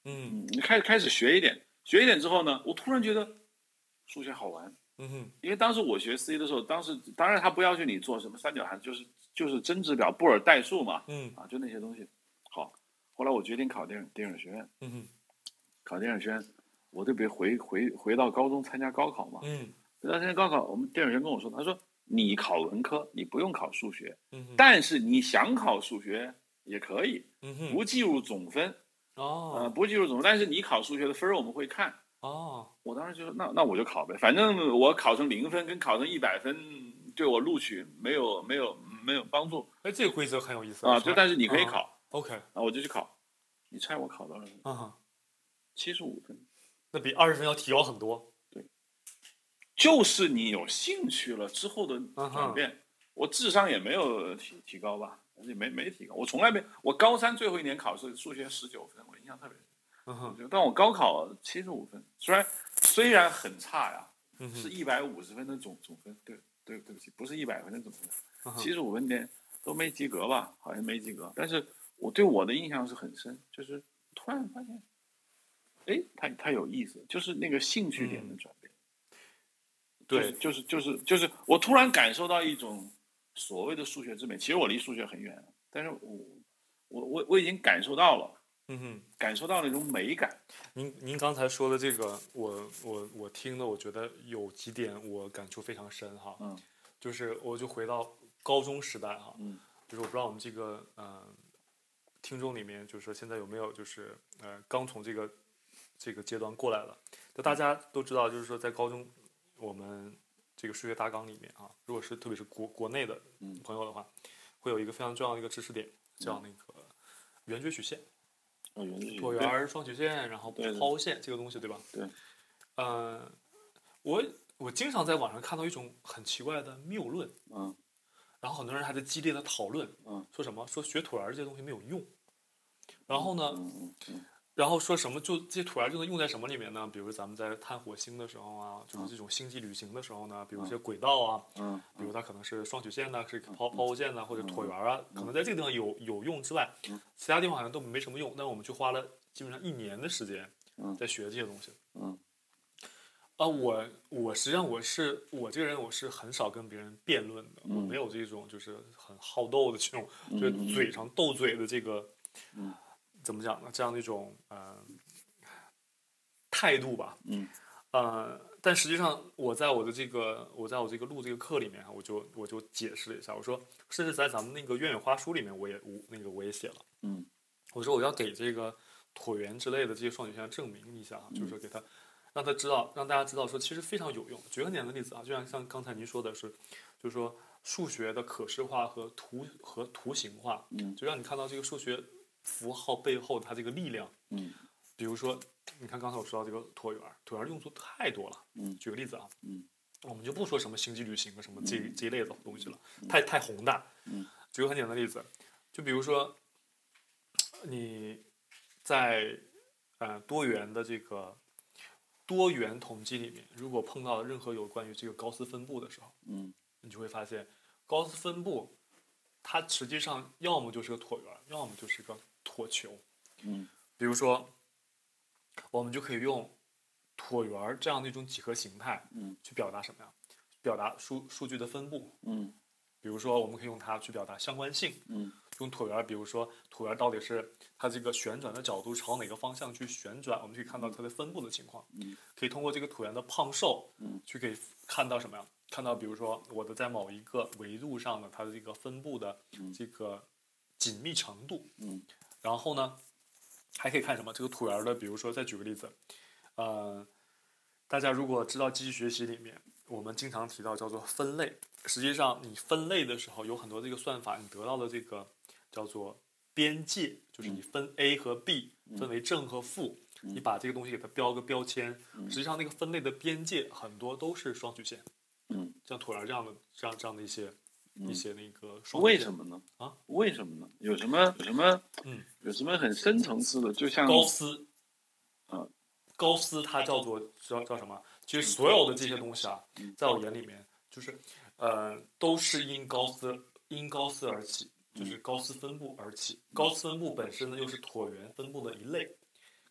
嗯， 你开开始学一点，学一点之后呢，我突然觉得数学好玩。 嗯哼， 因为当时我学 C 的时候，当时当然他不要求你做什么三角函，就是就是真值表、布尔代数嘛， 嗯啊，就那些东西。好，后来我决定考电影电影学院， 嗯哼， 考电影学院，我就别回回回到高中参加高考嘛。 嗯回到参加高考，我们电影学院跟我说，他说你考文科，你不用考数学， 嗯哼， 但是你想考数学也可以， 嗯哼， 不计入总分， 哦， 呃，不计入总分，但是你考数学的分儿我们会看。 哦， 我当时就说，那那我就考呗，反正我考成零分跟考成一百分对我录取没有没有没有帮助哎，这个规则很有意思啊。就但是你可以嗯考、 ，OK， 啊，我就去考。你猜我考多少分？ 嗯哼， 七十五分。 那比二十分要提高很多。 就是你有兴趣了之后的嗯哼， 转变。我智商也没有提提高吧，也没没提高。我从来没，我高三最后一年考试数学十九分，我印象特别深。 嗯哼， 但我高考七十五分，虽然虽然很差呀， 嗯哼， 是一百五十分的总总分，对对对不起，不是一百分的总分， 嗯哼， 七十五分连都没及格吧，好像没及格。但是我对我的印象是很深，就是突然发现，哎，它它有意思，就是那个兴趣点的转变。 对， 就是就是就是我突然感受到一种所谓的数学之美。其实我离数学很远，但是我我我我已经感受到了， 嗯哼， 感受到那种美感。 您您刚才说的这个，我我我听的，我觉得有几点我感触非常深哈。 嗯， 就是我就回到高中时代哈， 嗯， 就是我不知道我们这个呃听众里面，就是说现在有没有就是呃刚从这个这个阶段过来了。就大家都知道，就是说在高中我们这个数学大纲里面啊，如果是特别是国国内的朋友的话，会有一个非常重要的一个知识点，叫那个圆锥曲线。 哦，圆锥曲椭圆、双曲线，然后抛物线这个东西，对吧？ 对。 呃，我我经常在网上看到一种很奇怪的谬论， 嗯， 然后很多人还在激烈的讨论， 嗯， 说什么说学椭圆这些东西没有用，然后呢， 嗯嗯嗯， 然后说什么就这些椭圆就能用在什么里面呢？比如咱们在探火星的时候啊，就是这种星际旅行的时候呢，比如一些轨道啊， 嗯， 比如它可能是双曲线呢，是抛抛物线呢，或者椭圆啊，可能在这个地方有有用之外，其他地方好像都没什么用。但我们就花了基本上一年的时间在学这些东西。 嗯， 啊，我我实际上我是我这个人我是很少跟别人辩论的，我没有这种就是很好斗的这种，就是嘴上斗嘴的这个，怎么讲呢？这样的一种呃态度吧。 嗯， 呃，但实际上我在我的这个我在我这个录这个课里面，我就我就解释了一下，我说，甚至在咱们那个鸢尾花书里面，我也我那个我也写了， 嗯， 我说我要给这个椭圆之类的这些双曲线证明一下，就是说给他。让他知道，让大家知道说，其实非常有用。举个简单的例子啊，就像像刚才您说的是，就是说数学的可视化和图和图形化， 嗯， 就让你看到这个数学符号背后它这个力量， 嗯， 比如说，你看刚才我说到这个椭圆，椭圆用处太多了， 嗯， 举个例子啊， 嗯， 我们就不说什么星际旅行啊什么这这一类的东西了，太太宏大， 嗯， 举个很简单的例子，就比如说你在呃多元的这个。多元统计里面，如果碰到任何有关于这个高斯分布的时候， 嗯， 你就会发现，高斯分布它实际上要么就是个椭圆，要么就是个椭球。 嗯， 比如说，我们就可以用椭圆这样的一种几何形态， 嗯， 去表达什么呀？表达数数据的分布。 嗯， 比如说，我们可以用它去表达相关性。 嗯。 用椭圆，比如说椭圆到底是它这个旋转的角度朝哪个方向去旋转，我们可以看到它的分布的情况。 嗯， 可以通过这个椭圆的胖瘦， 嗯， 去可以看到什么呀？看到比如说我的在某一个维度上的它的这个分布的这个紧密程度。 嗯， 然后呢，还可以看什么？这个椭圆的，比如说再举个例子，呃，大家如果知道机器学习里面，我们经常提到叫做分类。实际上，你分类的时候有很多这个算法，你得到的这个叫做边界，就是你分 A 和 B 分为正和负，你把这个东西给它标个标签，实际上那个分类的边界很多都是双曲线， 嗯， 像椭圆这样的这样这样的一些、 嗯、 一些那个双曲线。 为什么呢？ 啊， 为什么呢？有什么有什么嗯， 有什么很深层次的？就像高斯， 啊， 高斯它叫做叫叫什么？其实所有的这些东西啊，在我眼里面就是呃都是因高斯因高斯而起。就是高斯分布而起，高斯分布本身呢又是椭圆分布的一类。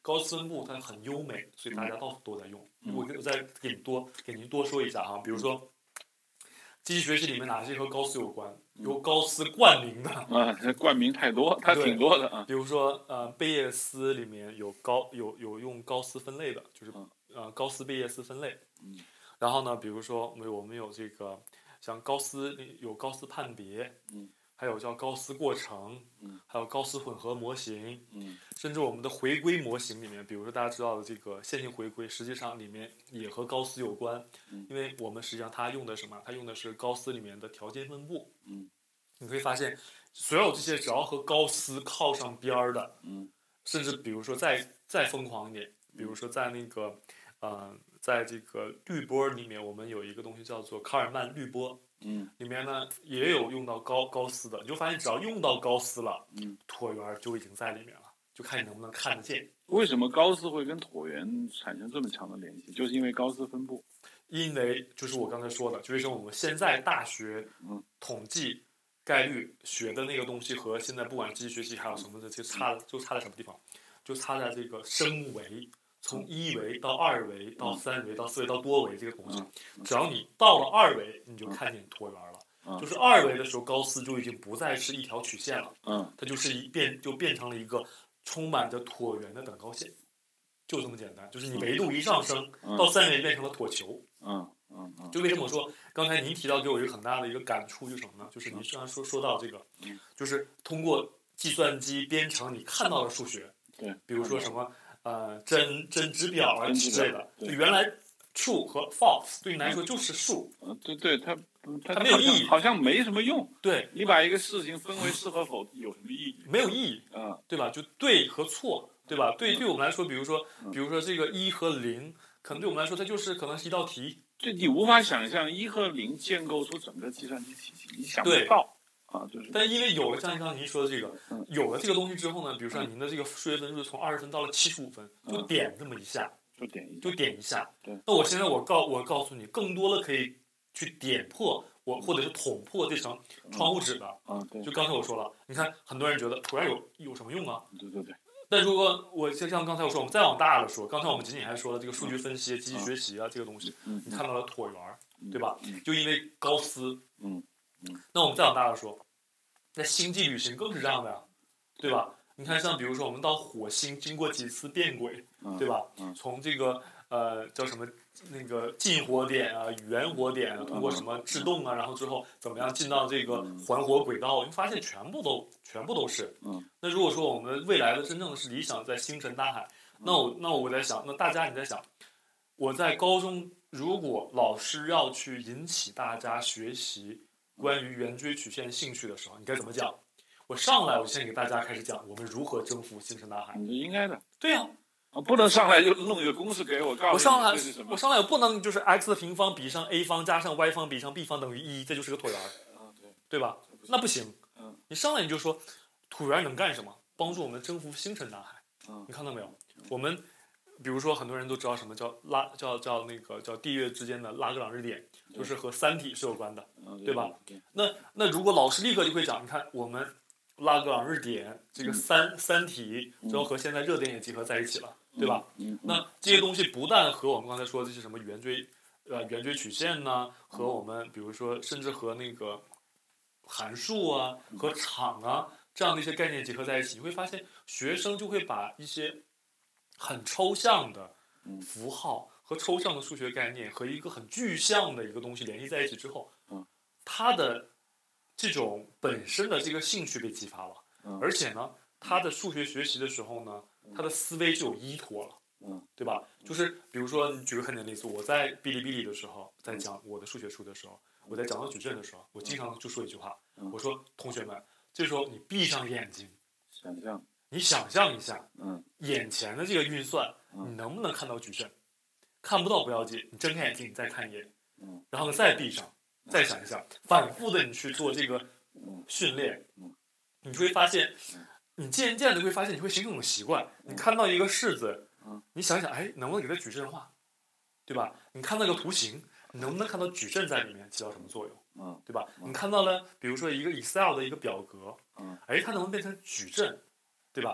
高斯分布它很优美，所以大家到处都在用。 嗯、 我我再给你多给您多说一下哈，比如说机器学习里面哪些和高斯有关？由高斯冠名的啊，这冠名太多，它挺多的啊。 比如说呃，贝叶斯里面有高有有用高斯分类的，就是呃高斯贝叶斯分类。 嗯。 然后呢，比如说我们我们有这个像高斯有高斯判别， 嗯。 还有叫高斯过程， 嗯， 还有高斯混合模型， 嗯， 甚至我们的回归模型里面，比如说大家知道的这个线性回归，实际上里面也和高斯有关， 嗯， 因为我们实际上它用的什么？它用的是高斯里面的条件分布， 嗯， 你会发现，所有这些只要和高斯靠上边儿的， 嗯， 甚至比如说再再疯狂一点，比如说在那个呃，在这个滤波里面，我们有一个东西叫做卡尔曼滤波。 嗯， 里面呢也有用到高高斯的，你就发现只要用到高斯了， 嗯， 椭圆就已经在里面了，就看你能不能看得见。 为什么高斯会跟椭圆产生这么强的联系？就是因为高斯分布。 因为就是我刚才说的，就为什么我们现在大学统计概率学的那个东西和现在不管机器学习还有什么的，就差就差在什么地方？就差在这个升维。从一维到二维到三维到四维到多维这个东西，只要你到了二维，你就看见椭圆了。就是二维的时候，高斯就已经不再是一条曲线了， 嗯， 它就是一变就变成了一个充满着椭圆的等高线，就这么简单。就是你维度一上升，到三维变成了椭球。 嗯嗯嗯。 就为什么我说刚才您提到给我一个很大的一个感触，就是什么呢？就是您刚才说说到这个，就是通过计算机编程你看到的数学， 对， 比如说什么。呃，真真值表啊之类的，就原来 true 和 false 对你来说就是数。 嗯，对对，它它它没有意义， 好像没什么用。 对， 你把一个事情分为是和否，有什么意义？ 没有意义， 嗯， 对吧？就对和错，对吧？对，对我们来说，比如说，比如说这个一和零，可能对我们来说，它就是可能是一道题。 就你无法想象一和零建构出整个计算机体系，你想不到。啊，就是。 但因为有了像刚才您说的这个，有了这个东西之后呢，比如说您的这个数学分数从二十分到了七十五分，就点这么一下， 就点一， 就点一下。 对。 那我现在我告我告诉你，更多的可以去点破我或者是捅破这层窗户纸的。 啊，对。 就刚才我说了，你看很多人觉得椭圆有有什么用啊？ 对对对。 但如果我就像刚才我说，我们再往大了说，刚才我们仅仅还说了这个数据分析、机器学习啊这个东西，你看到了椭圆，对吧？就因为高斯。 嗯嗯。 那我们再往大了说。在星际旅行更是这样的呀，对吧？你看，像比如说我们到火星，经过几次变轨，对吧？从这个呃叫什么那个近火点啊、远火点啊，通过什么制动啊，然后之后怎么样进到这个环火轨道，你发现全部都全部都是。那如果说我们未来的真正的是理想在星辰大海，那我那我在想，那大家你在想，我在高中如果老师要去引起大家学习。关于圆锥曲线兴趣的时候，你该怎么讲？我上来，我先给大家开始讲我们如何征服星辰大海。 应该的。 对呀、 啊，不能上来就弄一个公式给我，告诉我上来这是什么？ 我上来我不能就是 x 的平方比上 a 方加上 y 方比上 b 方等于一，这就是个椭圆。 啊，对， 对吧？那不行。 嗯， 你上来你就说椭圆能干什么？帮助我们征服星辰大海。 嗯， 你看到没有？我们比如说很多人都知道什么叫拉叫叫那个叫地月之间的拉格朗日点，就是和三体是有关的。对吧？那那如果老师立刻就会讲，你看我们拉格朗日点这个三、嗯、三体，之后和现在热点也结合在一起了，对吧？ 嗯、 那这些东西不但和我们刚才说的这些什么圆锥呃圆锥曲线呐，和我们比如说甚至和那个函数啊、和场啊这样的一些概念结合在一起，你会发现学生就会把一些很抽象的符号。和抽象的数学概念和一个很具象的一个东西联系在一起之后，他的这种本身的这个兴趣被激发了，而且呢，他的数学学习的时候呢，他的思维就有依托了，对吧？就是比如说，你举个很简单的例子，我在哔哩哔哩的时候，在讲我的数学书的时候，我在讲到矩阵的时候，我经常就说一句话，我说同学们，这时候你闭上眼睛， 想象， 你想象一下， 嗯， 眼前的这个运算，你能不能看到矩阵？看不到不要紧，你睁开眼睛，你再看一眼，然后呢再闭上，再想一想，反复的你去做这个训练，你就会发现，你渐渐的会发现，你会形成一种习惯。你看到一个式子，你想想，哎，能不能给它矩阵化，对吧？你看到一个图形，你能不能看到矩阵在里面起到什么作用，对吧？你看到了，比如说一个 Excel 的一个表格，哎，它能不能变成矩阵，对吧？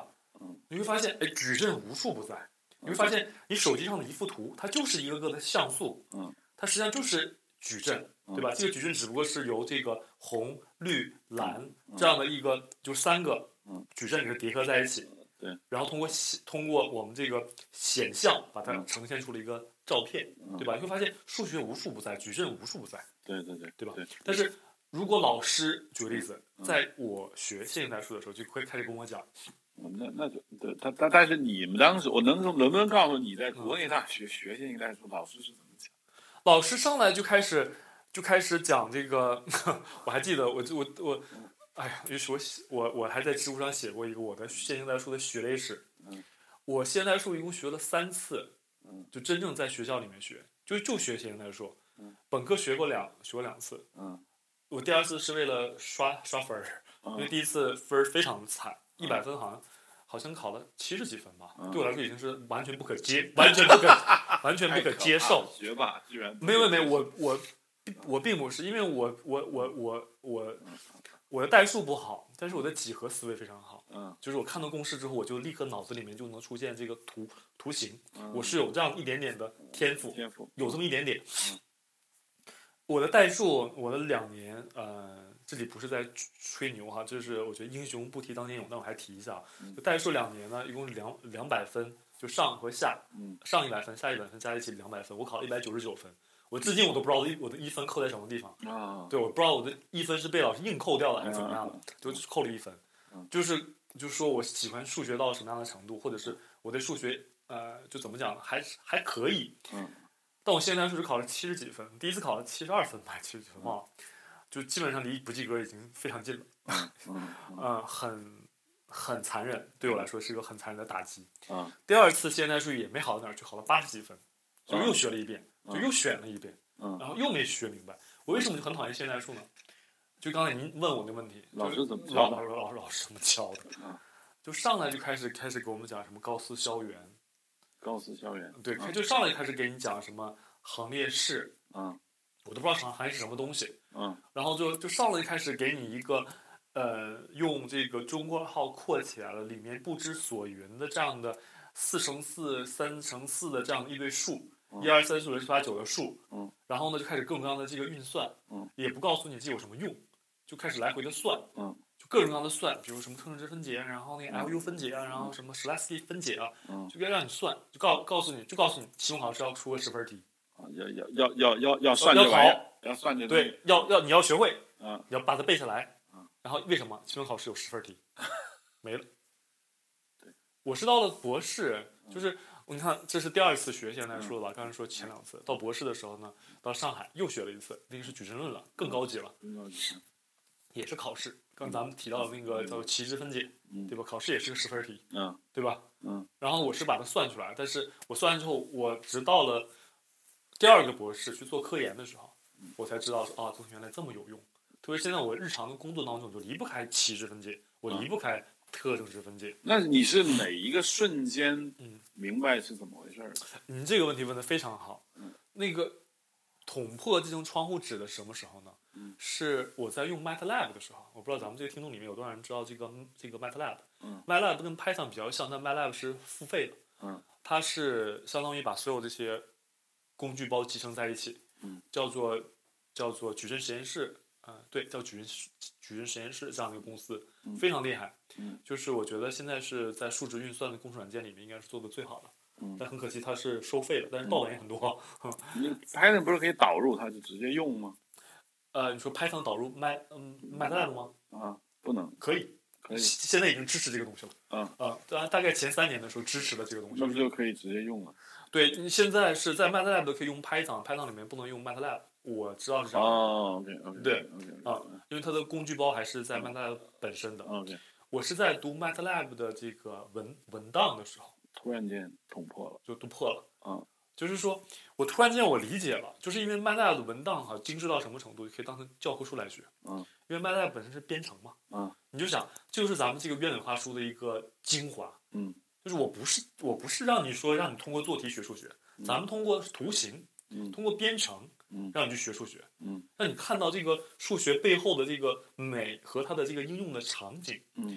你会发现，哎，矩阵无处不在。你会发现，你手机上的一幅图，它就是一个个的像素， 嗯， 它实际上就是矩阵，对吧？这个矩阵只不过是由这个红、绿、蓝这样的一个，就三个矩阵给它叠合在一起， 对， 然后通过通过我们这个显像把它呈现出了一个照片，对吧？你会发现数学无处不在，矩阵无处不在， 对对对， 对吧？ 对。 但是如果老师举个例子，在我学现代数的时候，就会开始跟我讲。 那那就对他他但是你们当时我能能不能告诉你在国内大学学现代数老师是怎么讲？ 老师上来就开始就开始讲这个，我还记得我我我，哎呀，于是我我我还在知乎上写过一个我的现代数的血泪史。我现代数一共学了三次，就真正在学校里面学，就就学现代数。本科学过两学过两次。我第二次是为了刷刷分儿，因为第一次分儿非常惨。一百分好像好像考了七十几分吧，对我来说已经是完全不可接，完全不可完全不可接受。 学霸居然没有没有，我我我并不是，因为我我我我我我的代数不好，但是我的几何思维非常好。 嗯， 就是我看到公式之后，我就立刻脑子里面就能出现这个图图形，我是有这样一点点的天赋， 天赋有这么一点点。我的代数，我的两年，呃。这里不是在吹牛哈，就是我觉得英雄不提当年勇，但我还提一下，就代数两年呢，一共是两两百分，就上和下，上一百分，下一百分加一起两百分，我考了一百九十九分，我至今我都不知道我的我的一分扣在什么地方啊，对，我不知道我的一分是被老师硬扣掉了还是怎么样的，就扣了一分，就是就是说我喜欢数学到什么样的程度，或者是我对数学呃就怎么讲还还可以，但我现在数学考了七十几分，第一次考了七十二分吧，七十几分忘了。就基本上离不及格已经非常近了，嗯，呃，很很残忍，对我来说是一个很残忍的打击。 嗯， 第二次现代数也没好到哪儿去，考了八十几分，就又学了一遍，就又选了一遍， 嗯， 然后又没学明白。我为什么就很讨厌现代数呢？就刚才您问我的问题， 老师怎么教的？老师老师老师怎么教的？就上来就开始开始给我们讲什么高斯消元， 高斯消元， 对，就上来就开始给你讲什么行列式， 嗯。 我都不知道行行业是什么东西， 嗯， 然后就就上来就开始给你一个，呃，用这个中括号括起来了，里面不知所云的这样的四乘四、三乘四的这样一堆数，一二三四五六七八九的数， 嗯， 然后呢就开始各种各样的这个运算， 嗯， 也不告诉你这有什么用，就开始来回的算， 嗯， 就各种各样的算，比如什么特征值分解，然后那个 L U 分解啊，然后什么史莱斯基分解啊， 嗯， 就该让你算，就告告诉你，就告诉你期末考试要出个十分题。 要要要要要要算要考， 要算这对，要要你要学会， 嗯， 你要把它背下来，嗯，然后为什么期末考试有十分题，没了。 对， 我是到了博士，就是你看这是第二次学现代数了吧？刚才说前两次，到博士的时候呢，到上海又学了一次，那个是矩阵论了，更高级了， 更高级， 也是考试。刚才咱们提到的那个叫旗帜分解，对吧？考试也是个十分题， 嗯， 对吧？ 嗯，然后我是把它算出来，但是我算完之后，我直到了第二个博士去做科研的时候，我才知道说啊，这原来这么有用。特别现在我日常的工作当中，就离不开旗帜分解，我离不开特征值分解。 那你是哪一个瞬间明白是怎么回事？ 你这个问题问得非常好。那个捅破这层窗户纸的什么时候呢？是我在用 MATLAB 的时候。我不知道咱们这个听众里面有多少人知道这个这个 MATLAB。MATLAB 跟 Python 比较像，但 MATLAB 是付费的。它是相当于把所有这些工具包集成在一起，叫做叫做矩阵实验室，啊、呃，对，叫矩阵矩阵实验室这样的一个公司，非常厉害。就是我觉得现在是在数值运算的工程软件里面应该是做的最好的。但很可惜它是收费的，但是盗版也很多。 你 Python 不是可以导入它就直接用吗？ 呃，你说 Python 导入 My 嗯 MATLAB 吗？ 啊，不能。 可以。 可以， 现在已经支持这个东西了。 嗯啊，大大概前三年的时候支持了这个东西， 那不就可以直接用了？ 对，现在是在 MATLAB 都可以用 Python，Python 里面不能用 MATLAB， 我知道是这样。 哦 ，OK OK。 对啊，因为它的工具包还是在 MATLAB 本身的。 OK。 我是在读 MATLAB 的这个文文档的时候， 突然间捅破了， 就读破了。 嗯， 就是说我突然间我理解了，就是因为 MATLAB 的文档哈精致到什么程度，可以当成教科书来学。 嗯。 因为 MATLAB 本身是编程嘛， 嗯， 你就想，这就是咱们这个原文化书的一个精华， 嗯， 就是我不是我不是让你说让你通过做题学数学， 嗯、 咱们通过图形， 嗯， 通过编程， 嗯， 让你去学数学， 嗯， 让你看到这个数学背后的这个美和它的这个应用的场景， 嗯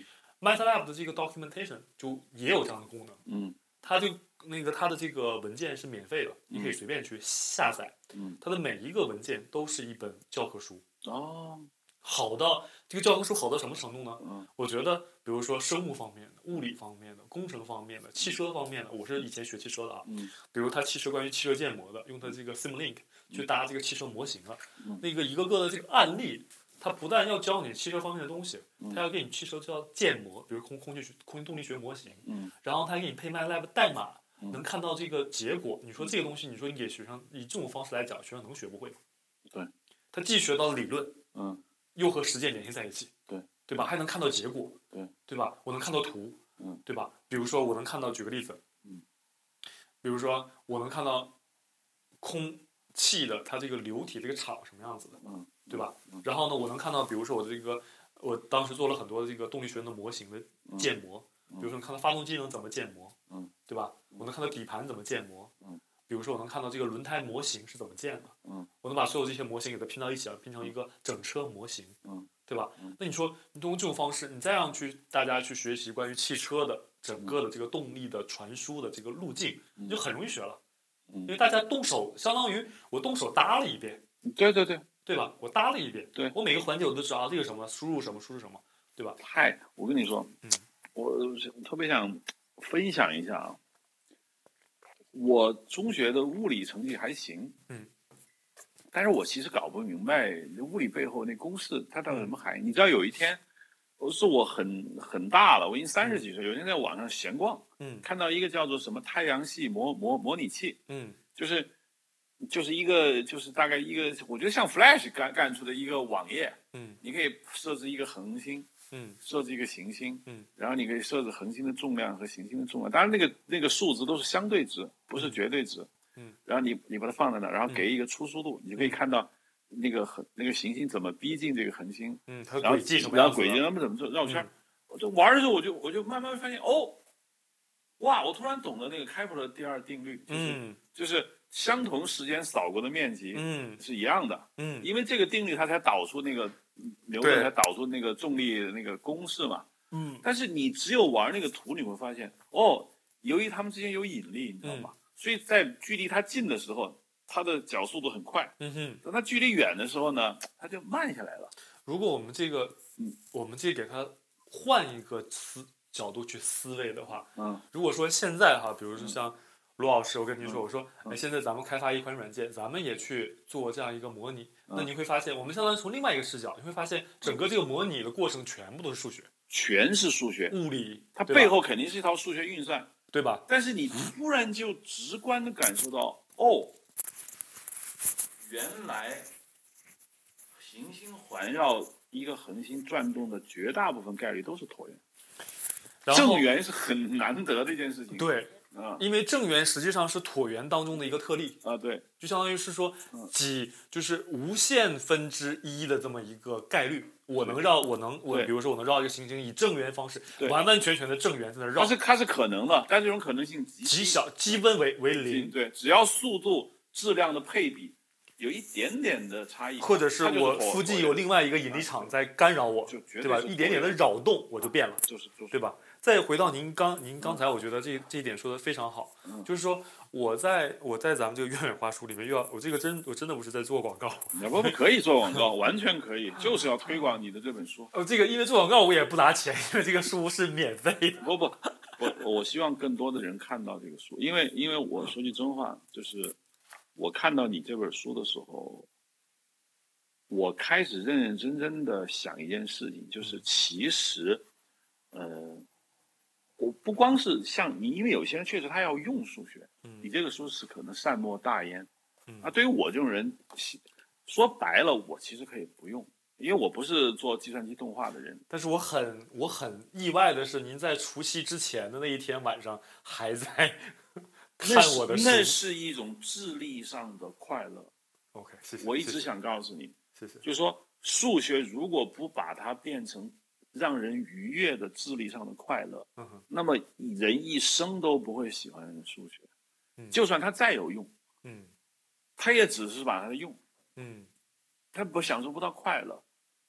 MATLAB 的这个 documentation 就也有这样的功能， 嗯， 它就那个它的这个文件是免费的，你可以随便去下载， 嗯， 它的每一个文件都是一本教科书。 哦， 好到这个教科书好到什么程度呢？ 嗯， 我觉得，比如说生物方面的、物理方面的、工程方面的、汽车方面的，我是以前学汽车的啊。 嗯， 比如它汽车关于汽车建模的，用它这个 Simulink 去搭这个汽车模型了， 嗯、 那个一个个的这个案例，它不但要教你汽车方面的东西， 嗯、 它要给你汽车叫建模，比如空空气学、空气动力学模型， 嗯， 然后它给你配 MATLAB 代码， 嗯、 能看到这个结果。你说这个东西，你说你给学生以这种方式来讲，学生能学不会吗？ 对， 他既学到了理论， 嗯。 又和实践联系在一起， 对对吧？还能看到结果， 对对吧？我能看到图， 嗯， 对吧？比如说我能看到，举个例子， 嗯， 比如说我能看到空气的它这个流体这个场什么样子的， 嗯， 对吧？ 嗯、 然后呢，我能看到，比如说我的这个，我当时做了很多这个动力学的模型的建模， 嗯、 比如说看到发动机能怎么建模， 嗯， 对吧？我能看到底盘怎么建模， 嗯。 比如说，我能看到这个轮胎模型是怎么建的， 嗯， 我能把所有这些模型给它拼到一起，拼成一个整车模型， 嗯， 对吧？ 嗯、 那你说，你通过这种方式，你再让去大家去学习关于汽车的整个的这个动力的传输的这个路径， 嗯、 你就很容易学了， 嗯， 因为大家动手，相当于我动手搭了一遍， 对对对， 对吧？我搭了一遍， 对， 我每个环节我都知道这个什么输入什么输入什么，对吧？ 嗨，我跟你说， 嗯， 我特别想分享一下啊。我中学的物理成绩还行， 嗯， 但是我其实搞不明白物理背后那公式它到底什么含义。你知道有一天，是我很很大了，我已经三十几岁，有一天在网上闲逛， 嗯， 看到一个叫做什么太阳系模模模拟器， 嗯， 就是就是一个就是大概一个，我觉得像 Flash 干干出的一个网页， 嗯， 你可以设置一个恒星。 嗯， 设置一个行星， 嗯， 然后你可以设置恒星的重量和行星的重量，当然那个那个数值都是相对值，不是绝对值， 嗯， 然后你你把它放在那，然后给一个初速度，嗯、你就可以看到那个恒那个行星怎么逼近这个恒星， 嗯，它轨迹什么样子，然后轨迹他们怎么绕圈，嗯、我就玩的时候我就我就慢慢发现哦，哇，我突然懂得那个开普勒第二定律，就是、 嗯、 就是相同时间扫过的面积， 嗯， 是一样的， 嗯， 因为这个定律它才导出那个。牛顿才导出那个重力的那个公式嘛， 嗯， 但是你只有玩那个图，你会发现哦，由于它们之间有引力，你知道吗？嗯、所以在距离它近的时候，它的角速度很快， 嗯哼， 等它距离远的时候呢，它就慢下来了。 如果我们这个，嗯，我们这给它换一个思角度去思维的话， 嗯， 如果说现在哈，比如说像。罗老师，我跟您说， 嗯、 我说，哎，现在咱们开发一款软件，咱们也去做这样一个模拟。 嗯、 那你会发现，我们相当于从另外一个视角，你会发现整个这个模拟的过程全部都是数学， 全是数学， 物理， 它背后肯定是一套数学运算， 对吧？ 但是你突然就直观的感受到，哦，原来行星环绕一个恒星转动的绝大部分概率都是椭圆，正圆是很难得的一件事情。 对。 啊、 因为正圆实际上是椭圆当中的一个特例啊，对， 就相当于是说几就是无限分之一的这么一个概率，我能绕，我能我比如说我能绕一个行星以正圆方式，完完全全的正圆在那绕， 它是它是可能的，但这种可能性极极小，基本为为零。 对，只要速度质量的配比有一点点的差异， 或者是我附近有另外一个引力场在干扰我， 对吧？一点点的扰动我就变了， 就是就是， 对吧？再回到您刚您刚才，我觉得这这一点说的非常好， 嗯、 就是说我在我在咱们这个远远话书里面又要我这个真我真的不是在做广告， 不不可以做广告，完全可以，就是要推广你的这本书。 哦，这个因为做广告我也不拿钱，因为这个书是免费的。 不不，我我希望更多的人看到这个书，因为因为我说句真话，就是我看到你这本书的时候，我开始认认真真的想一件事情，就是其实，呃。我不光是像你，因为有些人确实他要用数学， 嗯、 你这个书是可能善莫大焉。 嗯、 啊，对于我这种人，说白了，我其实可以不用，因为我不是做计算机动画的人。 但是我很我很意外的是，您在除夕之前的那一天晚上还在看我的书， 那是一种智力上的快乐。 OK， 谢谢。 我一直想告诉你， 谢谢。 就是说，数学如果不把它变成让人愉悦的智力上的快乐， 嗯、 那么人一生都不会喜欢数学。 嗯、 就算它再有用， 嗯， 他也只是把它用， 嗯， 他不享受不到快乐。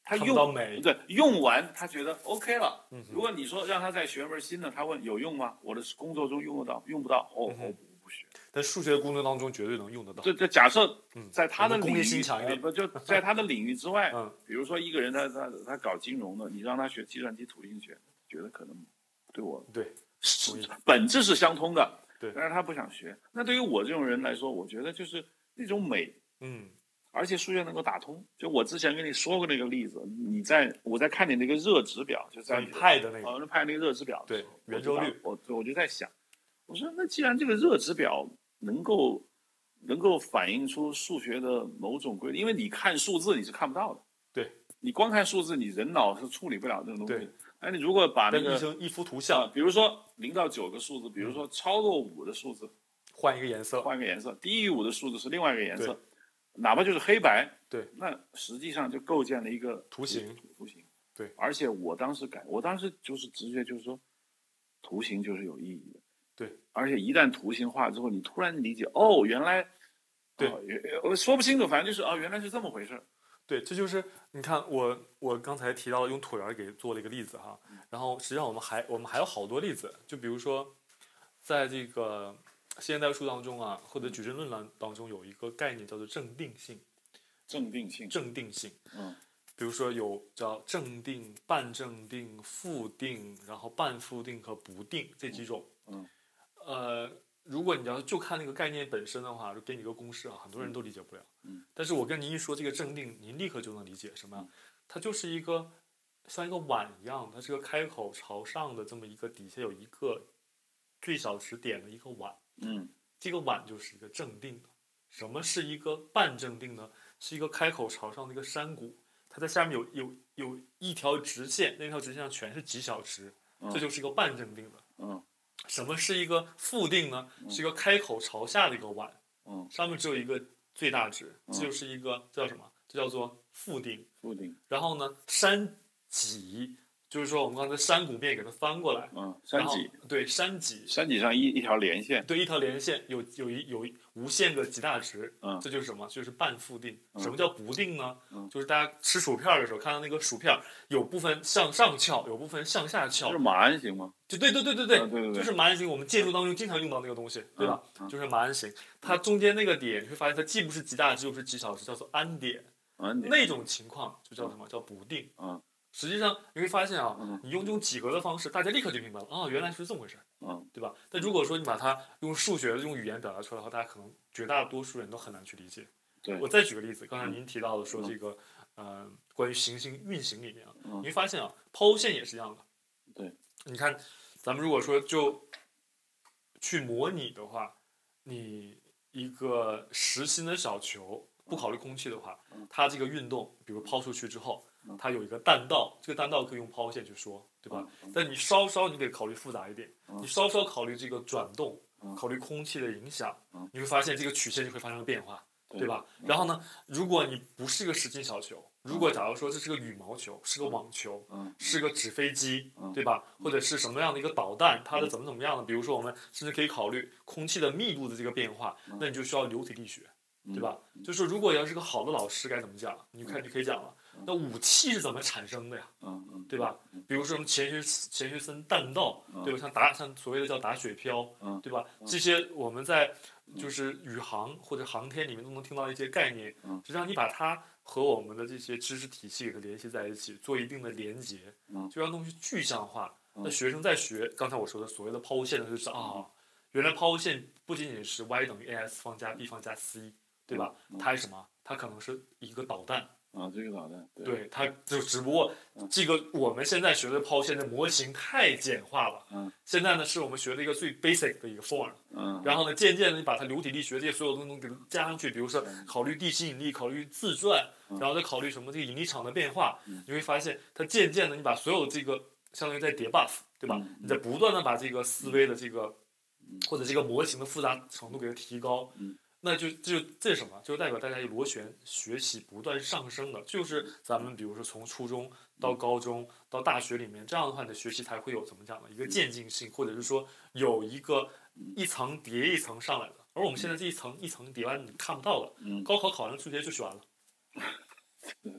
他看不到美用对用完他觉得 OK 了。 嗯哼如果你说让他再学门新的，他问有用吗？我的工作中用得到，用不到，哦， 嗯哼哦不不学。 但数学工作当中绝对能用得到。 这这假设嗯， 在他的领域， 我们功利心强一点呃不就在他的领域之外， 嗯， 比如说一个人他他他搞金融的，你让他学计算机图形学，觉得可能对我对， 是同意本质是相通的， 对但是他不想学。那对于我这种人来说，我觉得就是那种美， 嗯而且数学能够打通。就我之前跟你说过那个例子，你在我在看你那个热值表，就在派的那个， 哦，那派那个热值表的时候， 对圆周率， 我我就在想，我说那既然这个热值表能够能够反映出数学的某种规律，因为你看数字你是看不到的， 对， 你光看数字，你人脑是处理不了这种东西对。 那你如果把那但个一成一幅图啊像，， 比如说零到九个数字，比如说超过五的数字， 换一个颜色， 换一个颜色，低于五的数字是另外一个颜色对， 哪怕就是黑白， 对， 那实际上就构建了一个图形， 图形， 对。 而且我当时感，我当时就是直觉就是说，图形就是有意义的， 对。 而且一旦图形化之后，你突然理解，哦，原来， 对， 哦、我说不清楚，反正就是哦，原来是这么回事。 对，这就是你看我我刚才提到了用椭圆给做了一个例子哈，然后实际上我们还我们还有好多例子，就比如说，在这个现代数当中啊，或者矩阵论当当中有一个概念叫做正定性。 正定性。 正定性。 嗯。 比如说有叫正定、半正定、复定，然后半复定和不定这几种。 嗯。 呃。如果你要就看那个概念本身的话，就给你一个公式啊，很多人都理解不了。 嗯。 但是我跟您一说这个正定，您立刻就能理解什么？ 嗯、 它就是一个像一个碗一样，它是个开口朝上的这么一个，底下有一个最小值点的一个碗。 嗯。 这个碗就是一个正定的。什么是一个半正定呢？是一个开口朝上的一个山谷，它在下面有有有一条直线，那条直线上全是极小值， 嗯、 这就是一个半正定的。 嗯。 什么是一个复定呢？是一个开口朝下的一个碗， 嗯， 上面只有一个最大值，这就是一个这叫什么？这叫做复定。 复定。然后呢，山脊就是说我们刚才山谷面给它翻过来， 嗯，山脊。 对，山脊。 山脊上一一条连线。 对，一条连线有有一有无限个极大值， 嗯， 这就是什么？就是半复定。 嗯、 什么叫不定呢？ 嗯， 就是大家吃薯片的时候看到那个薯片有部分向上翘，有部分向下翘。 是马鞍形吗？ 就对对对对对， 嗯、对对对， 就是马鞍形。我们建筑当中经常用到那个东西，对吧？ 嗯嗯、 就是马鞍形，它中间那个点你会发现它既不是极大值，又不是极小值，叫做安点。 安点。 那种情况就叫什么？叫不定。 嗯。 实际上你会发现啊， 嗯、 你用这种几何的方式，大家立刻就明白了啊、哦，原来是这么回事， 嗯， 对吧？但如果说你把它用数学、用语言表达出来的话，大家可能绝大多数人都很难去理解。 对。 我再举个例子，刚才您提到的说这个，嗯、呃，关于行星运行里面啊， 嗯、 你会发现啊，抛物线也是一样的。 对。 你看，咱们如果说就去模拟的话，你一个实心的小球，不考虑空气的话，它这个运动，比如抛出去之后。它有一个弹道，这个弹道可以用抛物线去说，对吧？但你稍稍你得考虑复杂一点，你稍稍考虑这个转动，考虑空气的影响，你会发现这个曲线就会发生变化，对吧？然后呢，如果你不是个实心小球，如果假如说这是个羽毛球，是个网球，是个纸飞机，对吧？或者是什么样的一个导弹，它的怎么怎么样的？比如说我们甚至可以考虑空气的密度的这个变化，那你就需要流体力学。对吧？就是如果要是个好的老师该怎么讲？你看就可以讲了。那武器是怎么产生的呀？对吧？比如说什么钱学钱学森弹道，对吧？像打像所谓的叫打水漂，对吧？这些我们在就是宇航或者航天里面都能听到一些概念。实际上你把它和我们的这些知识体系给它联系在一起，做一定的连接，就让东西具象化。那学生在学刚才我说的所谓的抛物线的就是啊，原来抛物线不仅仅是 y 等于 ax 方加 b 方加 c。对吧？它是什么？它可能是一个导弹啊，这个导弹。 对，对它就只不过这个我们现在学的抛线的模型太简化了。 嗯。 现在呢，是我们学的一个最 basic 的一个 form。 嗯。 然后呢，渐渐的你把它流体力学这些所有东西给加上去，比如说考虑地心引力，考虑自转，然后再考虑什么这个引力场的变化，你会发现它渐渐的你把所有这个相当于在叠 buff， 对吧？你在不断的把这个思维的这个或者这个模型的复杂程度给它提高。那就就这是什么？就代表大家螺旋学习不断上升的，就是咱们比如说从初中到高中到大学里面，这样的话你的学习才会有怎么讲呢？一个渐进性，或者是说有一个一层叠一层上来的。而我们现在这一层一层叠完，你看不到了。高考考上数学就选完了，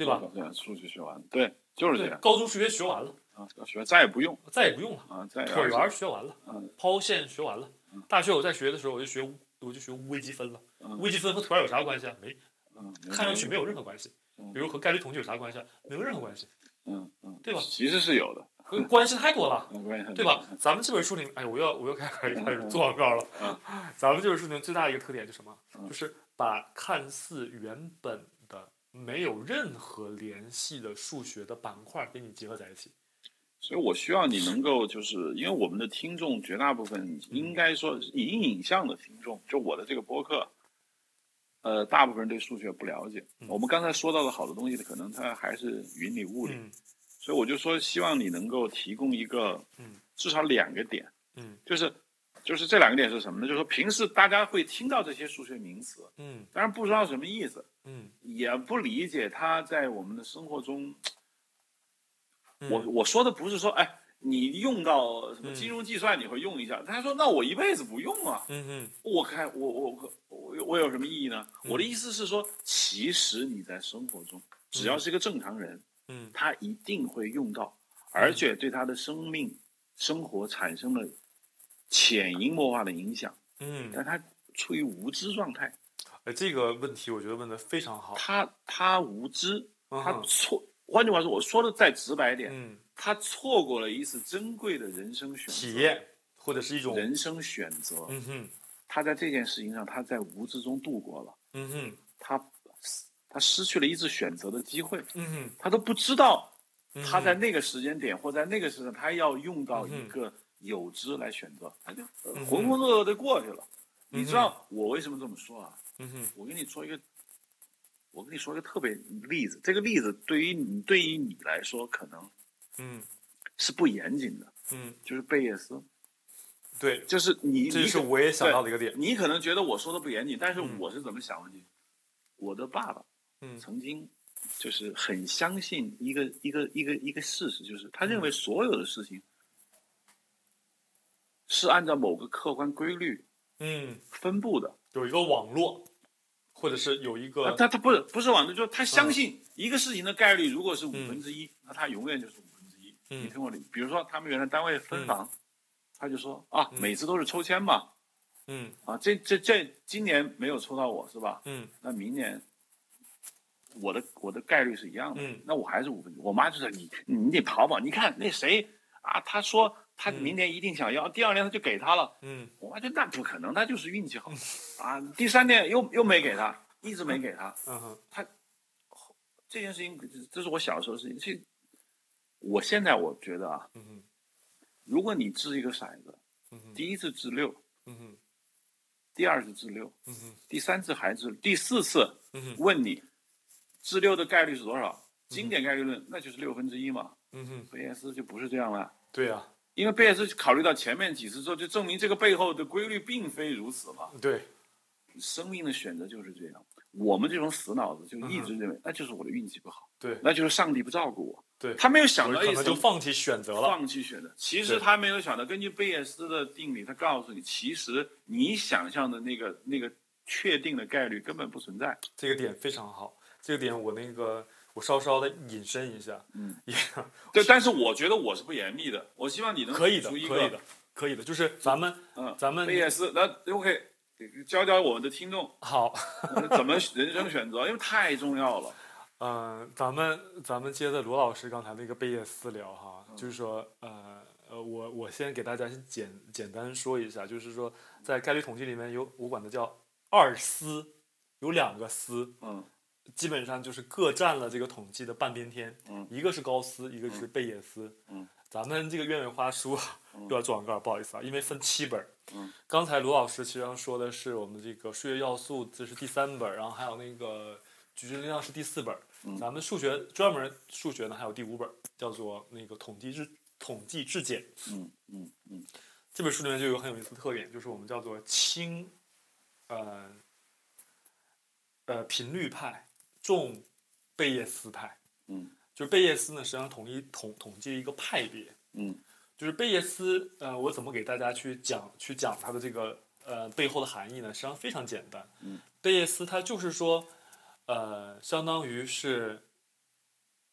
对吧？ 对，数学学完了，对，就是这样。 高中数学学完了啊，学再也不用， 再也不用了啊，再椭圆学完了， 嗯， 抛线学完了。 嗯、 大学我在学的时候，我就学我就学微积分了。嗯、微积分和椭圆有啥关系啊？没， 嗯， 看上去没有任何关系。 嗯、 比如和概率统计有啥关系啊？没有任何关系。 嗯嗯， 对吧？ 其实是有的。 关系太多了， 嗯、 对吧？咱们这本书里，哎，我要我要开始开始做广告了。 嗯、 咱们这本书里最大的一个特点是什么？ 嗯、 就是把看似原本的没有任何联系的数学的板块给你结合在一起。 所以我需要你能够，就是因为我们的听众绝大部分应该说影影像的听众，就我的这个播客，呃，大部分人对数学不了解。 嗯、 我们刚才说到的好多东西，可能它还是云里雾里。 嗯所以我就说，希望你能够提供一个，至少两个点， 嗯， 就是，就是这两个点是什么呢？就是说，平时大家会听到这些数学名词， 嗯， 当然不知道什么意思， 嗯， 也不理解它在我们的生活中， 嗯、 我我说的不是说，哎，你用到什么金融计算你会用一下，嗯、他说那我一辈子不用啊， 嗯哼， 我看我我我我有什么意义呢？嗯、我的意思是说，其实你在生活中，只要是一个正常人。 嗯， 他一定会用到，而且对他的生命、生活产生了潜移默化的影响。 嗯， 但他处于无知状态。 哎，这个问题我觉得问得非常好。 他他无知， 嗯、 他错。换句话说，我说的再直白一点， 嗯， 他错过了一次珍贵的人生选择体验，或者是一种人生选择。 嗯哼， 他在这件事情上，他在无知中度过了。 嗯哼， 他。他失去了一次选择的机会， 嗯哼， 他都不知道他在那个时间点、嗯、或在那个时候，他要用到一个有知来选择，他就浑浑噩噩的过去了。 嗯、 你知道我为什么这么说啊？ 嗯哼， 我跟你说一个，我跟你说一个特别例子，这个例子对于你对于你来说可能， 嗯， 是不严谨的， 嗯， 就是贝叶斯。 对， 就是你， 这是我也想到的一个点。 你可能觉得我说的不严谨，但是我是怎么想问题？嗯、我的爸爸。曾经就是很相信一个一个一个一个事实，就是他认为所有的事情是按照某个客观规律嗯分布的， 有一个网络，或者是有一个他他不是不是网络，就是他相信一个事情的概率如果是五分之一，那他永远就是五分之一。你听我的，比如说他们原来单位分房， 嗯、 他就说啊，每次都是抽签嘛， 嗯啊，这这这今年没有抽到我是吧？ 嗯， 那明年。我的我的概率是一样的， 嗯、 那我还是五分之一。我妈就说你你得跑跑，你看那谁啊，他说他明年一定想要，嗯、第二年他就给他了。 嗯， 我妈就那不可能，他就是运气好、嗯、啊。第三年又又没给他，一直没给他。 嗯哼， 他这件事情，这是我小时候的事情。其实我现在我觉得啊， 嗯哼， 如果你掷一个骰子， 嗯哼， 第一次掷六， 嗯哼， 第二次掷六， 嗯哼， 第三次还掷，第四次， 嗯哼， 问你。掷六的概率是多少？经典概率论，那就是六分之一嘛。 嗯哼， 贝叶斯就不是这样了。 对呀、啊， 因为贝叶斯考虑到前面几次之后，就证明这个背后的规律并非如此嘛。 对， 生命的选择就是这样。我们这种死脑子就一直认为，嗯、那就是我的运气不好， 对， 那就是上帝不照顾我。 对， 他没有想到一可能就放弃选择了， 放弃选择。其实他没有想到，根据贝叶斯的定理，他告诉你，其实你想象的那个那个确定的概率根本不存在。 这个点非常好。这个点我那个我稍稍的引申一下， 嗯， 也对，但是我觉得我是不严密的，我希望你能可以的， 可以的，可以的，就是咱们， 嗯， 咱们贝叶斯，那 OK，教教我们的听众， 好， 怎么人生选择，因为太重要了。 嗯，咱们咱们接着罗老师刚才那个贝叶斯聊哈，嗯、就是说，呃呃，我我先给大家先简简单说一下，就是说，在概率统计里面有我管它叫二思，有两个思， 嗯。 基本上就是各占了这个统计的半边天， 嗯、 一个是高斯，一个是贝叶斯。 嗯、 咱们这个鸢尾花书又要做广告，不好意思啊，因为分七本。 嗯、 刚才罗老师其实上说的是我们这个数学要素，这是第三本，然后还有那个矩阵力量是第四本。 嗯、 咱们数学专门数学呢还有第五本，叫做那个统计制统计质检。 嗯嗯嗯， 这本书里面就有很有意思的特点，就是我们叫做轻，呃呃频率派。重贝叶斯派， 嗯， 就是贝叶斯呢，实际上统一统统计一个派别， 嗯， 就是贝叶斯，呃，我怎么给大家去讲去讲它的这个呃背后的含义呢？实际上非常简单， 嗯， 贝叶斯它就是说，呃，相当于是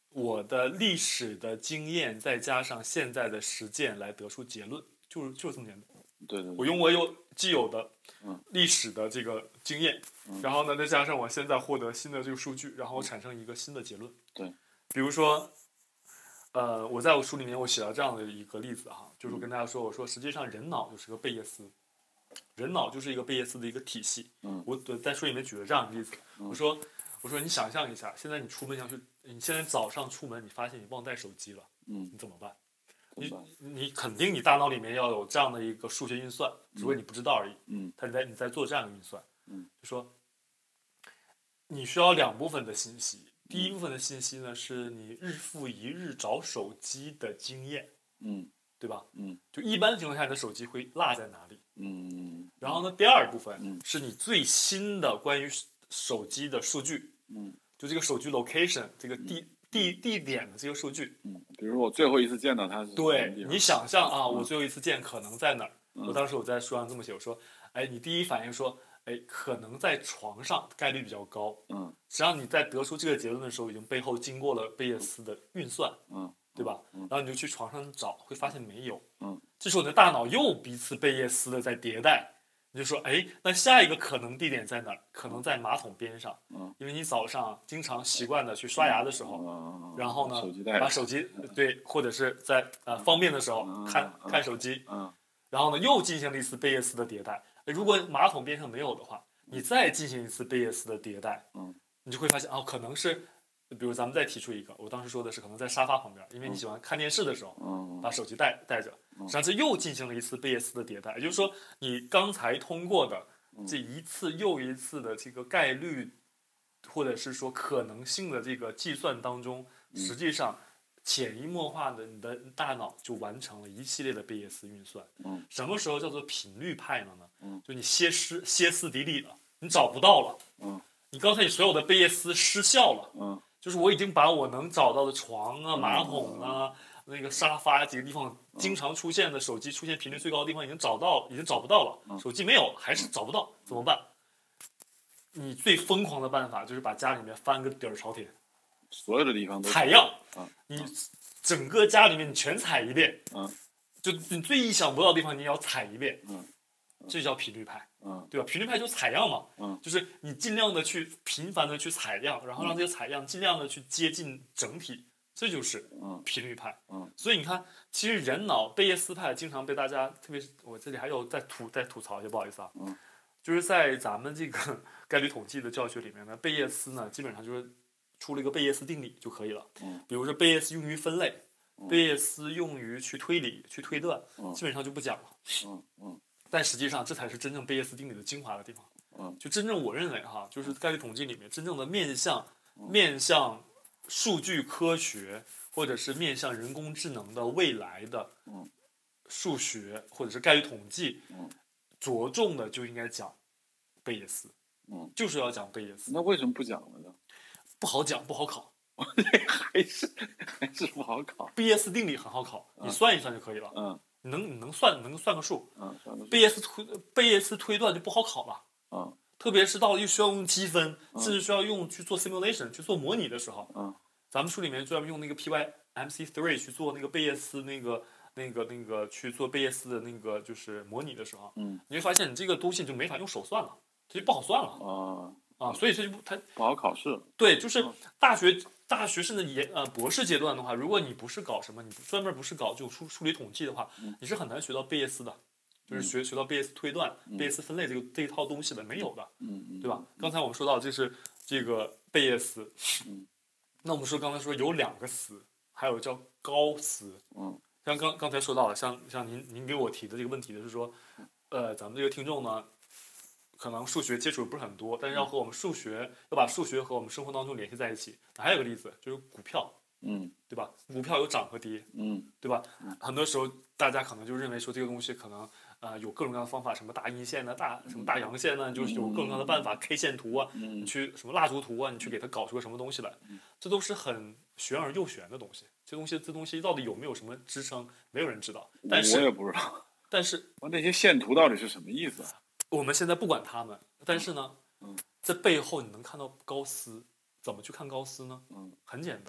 我的历史的经验再加上现在的实践来得出结论，就是就是这么简单。 对对对， 我用我有既有的嗯历史的这个经验， 嗯然后呢再加上我现在获得新的这个数据，然后产生一个新的结论。 对， 比如说，呃，我在我书里面我写了这样的一个例子哈，就是我跟大家说，我说实际上人脑就是个贝叶斯，人脑就是一个贝叶斯的一个体系。 嗯我在书里面举了这样的例子，我说我说你想象一下，现在你出门要去，你现在早上出门，你发现你忘带手机了， 嗯你怎么办？你怎么办你肯定你大脑里面要有这样的一个数学运算，只不过你不知道而已。 嗯他在你在做这样的运算， 嗯就说你需要两部分的信息，第一部分的信息呢是你日复一日找手机的经验， 嗯对吧？ 嗯就一般情况下你的手机会落在哪里？ 嗯然后呢，第二部分嗯是你最新的关于手机的数据， 嗯就这个手机 location 这个地地地点的这个数据。 嗯，比如说我最后一次见到他是什么对地方你想象啊，我最后一次见可能在哪儿？ 嗯我当时我在书上这么写，我说，哎，你第一反应说，哎，可能在床上，概率比较高。 嗯实际上你在得出这个结论的时候，已经背后经过了贝叶斯的运算， 嗯对吧？ 嗯然后你就去床上找，会发现没有。 嗯这时候你的大脑又彼此贝叶斯的在迭代，你就说，哎，那下一个可能地点在哪儿？可能在马桶边上， 嗯因为你早上经常习惯的去刷牙的时候， 嗯， 然后呢手机带着把手机对，或者是在呃方便的时候嗯看嗯看手机， 嗯然后呢又进行了一次贝叶斯的迭代。如果马桶边上没有的话，你再进行一次贝叶斯的迭代， 嗯你就会发现哦，可能是，比如咱们再提出一个，我当时说的是可能在沙发旁边，因为你喜欢看电视的时候嗯把手机带带着，实际上这又进行了一次贝叶斯的迭代，也就是说你刚才通过的这一次又一次的这个概率，或者是说可能性的这个计算当中，实际上潜移默化的你的大脑就完成了一系列的贝叶斯运算。 嗯， 什么时候叫做频率派了呢？ 嗯， 就你歇斯歇斯底里了，你找不到了。 嗯， 你刚才你所有的贝叶斯失效了。 嗯， 就是我已经把我能找到的床啊、马桶啊、那个沙发几个地方经常出现的手机出现频率最高的地方已经找到，已经找不到了。手机没有，还是找不到，怎么办？你最疯狂的办法就是把家里面翻个底儿朝天， 所有的地方都采样嗯， 你整个家里面你全采一遍， 嗯， 就你最意想不到的地方你也要采一遍， 嗯， 这叫频率派， 嗯对吧？频率派就采样嘛， 嗯， 就是你尽量的去频繁的去采样，然后让这个采样尽量的去接近整体，这就是嗯频率派。 嗯， 所以你看，其实人脑贝叶斯派经常被大家，特别是我这里还有再吐再吐槽一下，不好意思啊， 嗯， 就是在咱们这个概率统计的教学里面呢，贝叶斯呢基本上就是出了一个贝叶斯定理就可以了。 嗯， 比如说贝叶斯用于分类，贝叶斯用于去推理、去推断， 嗯基本上就不讲了。 嗯嗯但实际上，这才是真正贝叶斯定理的精华的地方。 嗯， 就真正我认为哈，就是概率统计里面真正的面向面向数据科学，或者是面向人工智能的未来的数学或者是概率统计，着重的就应该讲贝叶斯， 嗯， 就是要讲贝叶斯。 那为什么不讲了呢？ 不好讲，不好考。 还是还是不好考。 贝叶斯定理很好考，你算一算就可以了。 嗯， 你能你能算能算个数。 嗯，算个数。 贝叶斯推贝叶斯推断就不好考了。 嗯， 特别是到又需要用积分，甚至需要用去做 simulation 去做模拟的时候， 嗯， 咱们书里面专门用那个 P Y M C 三去做那个贝叶斯那个那个那个去做贝叶斯的那个就是模拟的时候， 嗯， 你会发现你这个东西就没法用手算了，这就不好算了啊啊，所以这就不它不好考试。 对，就是大学大学甚至研呃博士阶段的话，如果你不是搞什么，你专门不是搞这种数数理统计的话，你是很难学到贝叶斯的。就是学学到贝叶斯推断、贝叶斯分类这个这一套东西的，没有的， 嗯， 对吧？刚才我们说到这是这个贝叶斯， 嗯， 那我们说刚才说有两个词，还有叫高斯， 嗯， 像刚刚才说到了，像像您您给我提的这个问题的是说，呃，咱们这个听众呢，可能数学接触不是很多，但是要和我们数学要把数学和我们生活当中联系在一起。还有个例子就是股票， 嗯， 对吧？股票有涨和跌， 嗯， 对吧？很多时候大家可能就认为说这个东西可能。啊、呃，有各种各样的方法，什么大阴线呢、大什么大阳线呢，就是有各种各样的办法 ，K 线图啊，你去什么蜡烛图啊，你去给它搞出个什么东西来，这都是很玄而又玄的东西。这东西，这东西到底有没有什么支撑，没有人知道。但是我也不知道。 但是那些线图到底是什么意思啊？ 我们现在不管它们，但是呢，在背后你能看到高斯，怎么去看高斯呢？ 嗯， 很简单，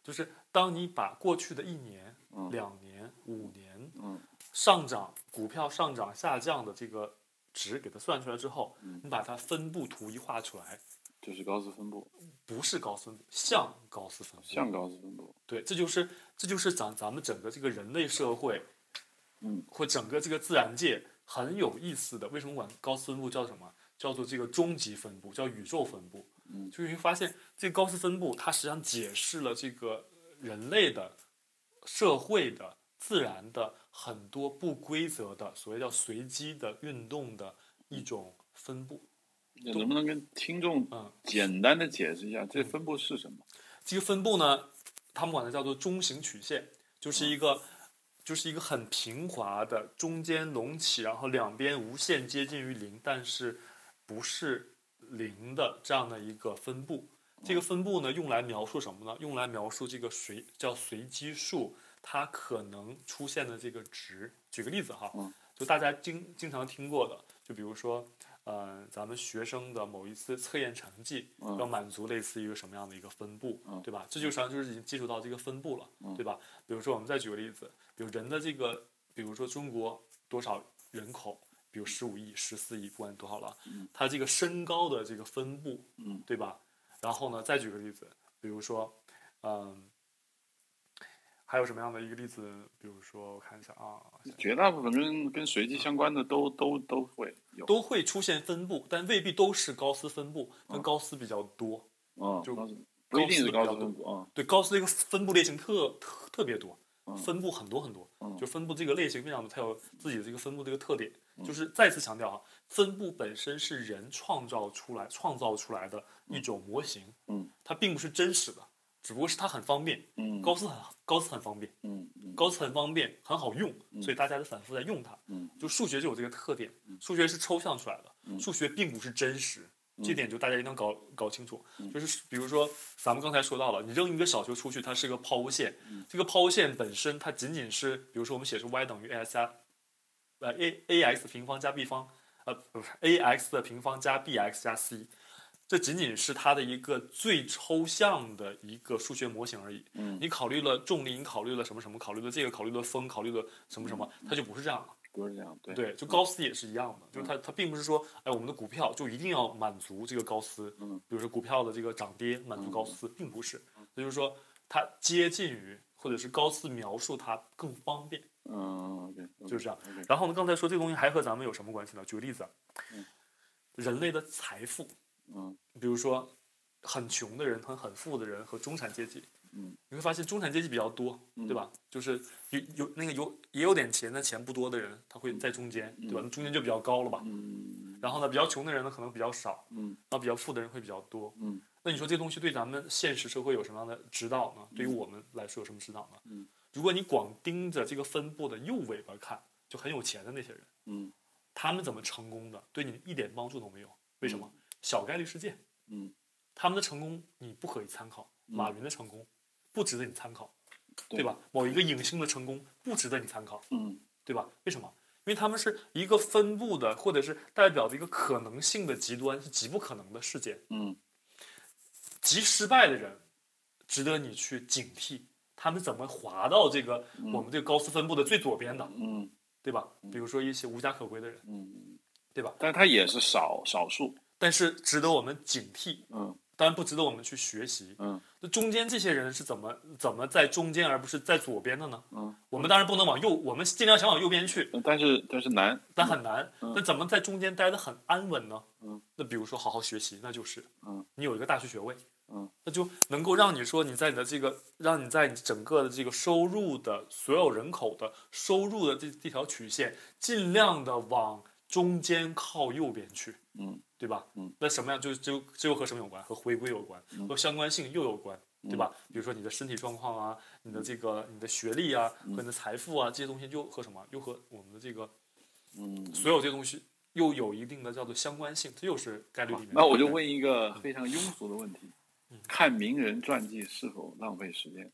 就是当你把过去的一年、 嗯、 两年、五年， 嗯， 上涨股票上涨下降的这个值给它算出来之后， 嗯、 你把它分布图一画出来， 就是高斯分布， 不是高斯分布，像高斯分布， 像高斯分布。 对，这就是这就是咱咱们整个这个人类社会， 嗯， 或整个这个自然界很有意思的。为什么管高斯分布叫什么？叫做这个终极分布，叫宇宙分布。 嗯， 就是你会发现，这个高斯分布它实际上解释了这个人类的、社会的、自然的很多不规则的，所谓叫随机的运动的一种分布。 能不能跟听众简单的解释一下、嗯、这分布是什么？ 这个分布呢，他们管它叫做中型曲线，就是一个、嗯、就是一个很平滑的，中间隆起，然后两边无限接近于零，但是不是零的这样的一个分布。这个分布呢，用来描述什么呢？用来描述这个随叫随机数它可能出现的这个值。举个例子哈， 嗯、 就大家经经常听过的，就比如说。呃，咱们学生的某一次测验成绩要满足类似于一个什么样的一个分布， 嗯、 对吧？这就实际上就是已经接触到这个分布了， 嗯、 对吧？比如说，我们再举个例子，比如人的这个，比如说中国多少人口，比如十五亿、十四亿，不管多少了， 嗯、 它这个身高的这个分布， 嗯、 对吧？然后呢，再举个例子，比如说，嗯。还有什么样的一个例子？比如说，我看一下啊， 绝大部分跟跟随机相关的都都都会有， 都会出现分布，但未必都是高斯分布，跟高斯比较多。 嗯， 就不一定是高斯分布啊。 对，高斯这个分布类型特特特别多， 嗯、 分布很多很多， 嗯、 就分布这个类型非常多，它有自己的这个分布这个特点。嗯、就是再次强调啊，分布本身是人创造出来、创造出来的一种模型， 嗯， 它并不是真实的。只不过是它很方便， 嗯， 高斯很高斯很方便， 嗯，嗯高斯很方便，很好用， 嗯、 所以大家都反复在用它。 嗯， 就数学就有这个特点， 嗯、 数学是抽象出来的， 嗯、 数学并不是真实， 嗯、 这点就大家一定要搞搞清楚。 嗯、 就是比如说咱们刚才说到了，你扔一个小球出去，它是个抛物线， 嗯、 这个抛物线本身它仅仅是，比如说我们写出 y 等于 ax 加，呃 a a x 平方加 b 方，呃不是 a x 的平方加 b x 加 c。这仅仅是它的一个最抽象的一个数学模型而已。 嗯， 你考虑了重力，你考虑了什么什么，考虑了这个，考虑了风，考虑了什么什么，它就不是这样了。 不是这样，对。 对，就高斯也是一样的，就是它它并不是说，哎，我们的股票就一定要满足这个高斯。 嗯， 比如说股票的这个涨跌满足高斯，并不是。也就是说，它接近于或者是高斯描述它更方便。 嗯 ，OK， 就是这样。 Okay. 然后呢，刚才说这个东西还和咱们有什么关系呢？举个例子， 嗯， 人类的财富， 嗯， 比如说。很穷的人和很富的人和中产阶级， 嗯， 你会发现中产阶级比较多， 嗯、 对吧？就是有有那个有也有点钱，但钱不多的人，他会在中间， 嗯、 对吧？那中间就比较高了吧？ 嗯。 然后呢，比较穷的人呢，可能比较少， 嗯。 然后比较富的人会比较多， 嗯。 那你说这东西对咱们现实社会有什么样的指导呢？对于我们来说有什么指导呢？ 嗯。 如果你光盯着这个分布的右尾巴看，就很有钱的那些人， 嗯， 他们怎么成功的，对你一点帮助都没有。为什么？ 嗯、 小概率事件。 嗯。 他们的成功你不可以参考，马云的成功不值得你参考， 对, 对吧？某一个影星的成功不值得你参考， 嗯， 对吧？为什么？因为他们是一个分布的，或者是代表着一个可能性的极端，是极不可能的事件。 嗯， 极失败的人，值得你去警惕，他们怎么滑到这个、 嗯、 我们这个高斯分布的最左边的， 嗯， 对吧？比如说一些无家可归的人， 嗯， 对吧？ 但他也是少少数， 但是值得我们警惕， 嗯。 当然不值得我们去学习。 嗯， 那中间这些人是怎么怎么在中间而不是在左边的呢？ 嗯， 我们当然不能往右，我们尽量想往右边去， 但是但是难， 但很难。 嗯、 那怎么在中间待得很安稳呢？ 嗯， 那比如说好好学习，那就是嗯， 你有一个大学学位， 嗯， 那就能够让你说你在你的这个让你在你整个的这个收入的所有人口的收入的这这条曲线尽量的往中间靠右边去。 嗯。 对吧？ 嗯， 那什么样就就这又和什么有关？和回归有关， 嗯、 和相关性又有关，对吧？比如说你的身体状况啊，你的这个你的学历啊， 嗯、 和你的财富啊，这些东西又和什么？又和我们的这个， 嗯， 所有这些东西又有一定的叫做相关性，这又是概率里面。 那我就问一个非常庸俗的问题： 嗯、 看名人传记是否浪费时间？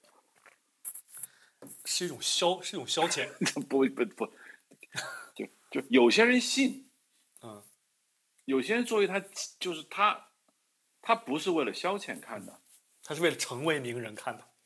是一种消，是一种消遣。 不不不，就就有些人信。 嗯。 有些人作为他就是他，他不是为了消遣看的， 他是为了成为名人看的。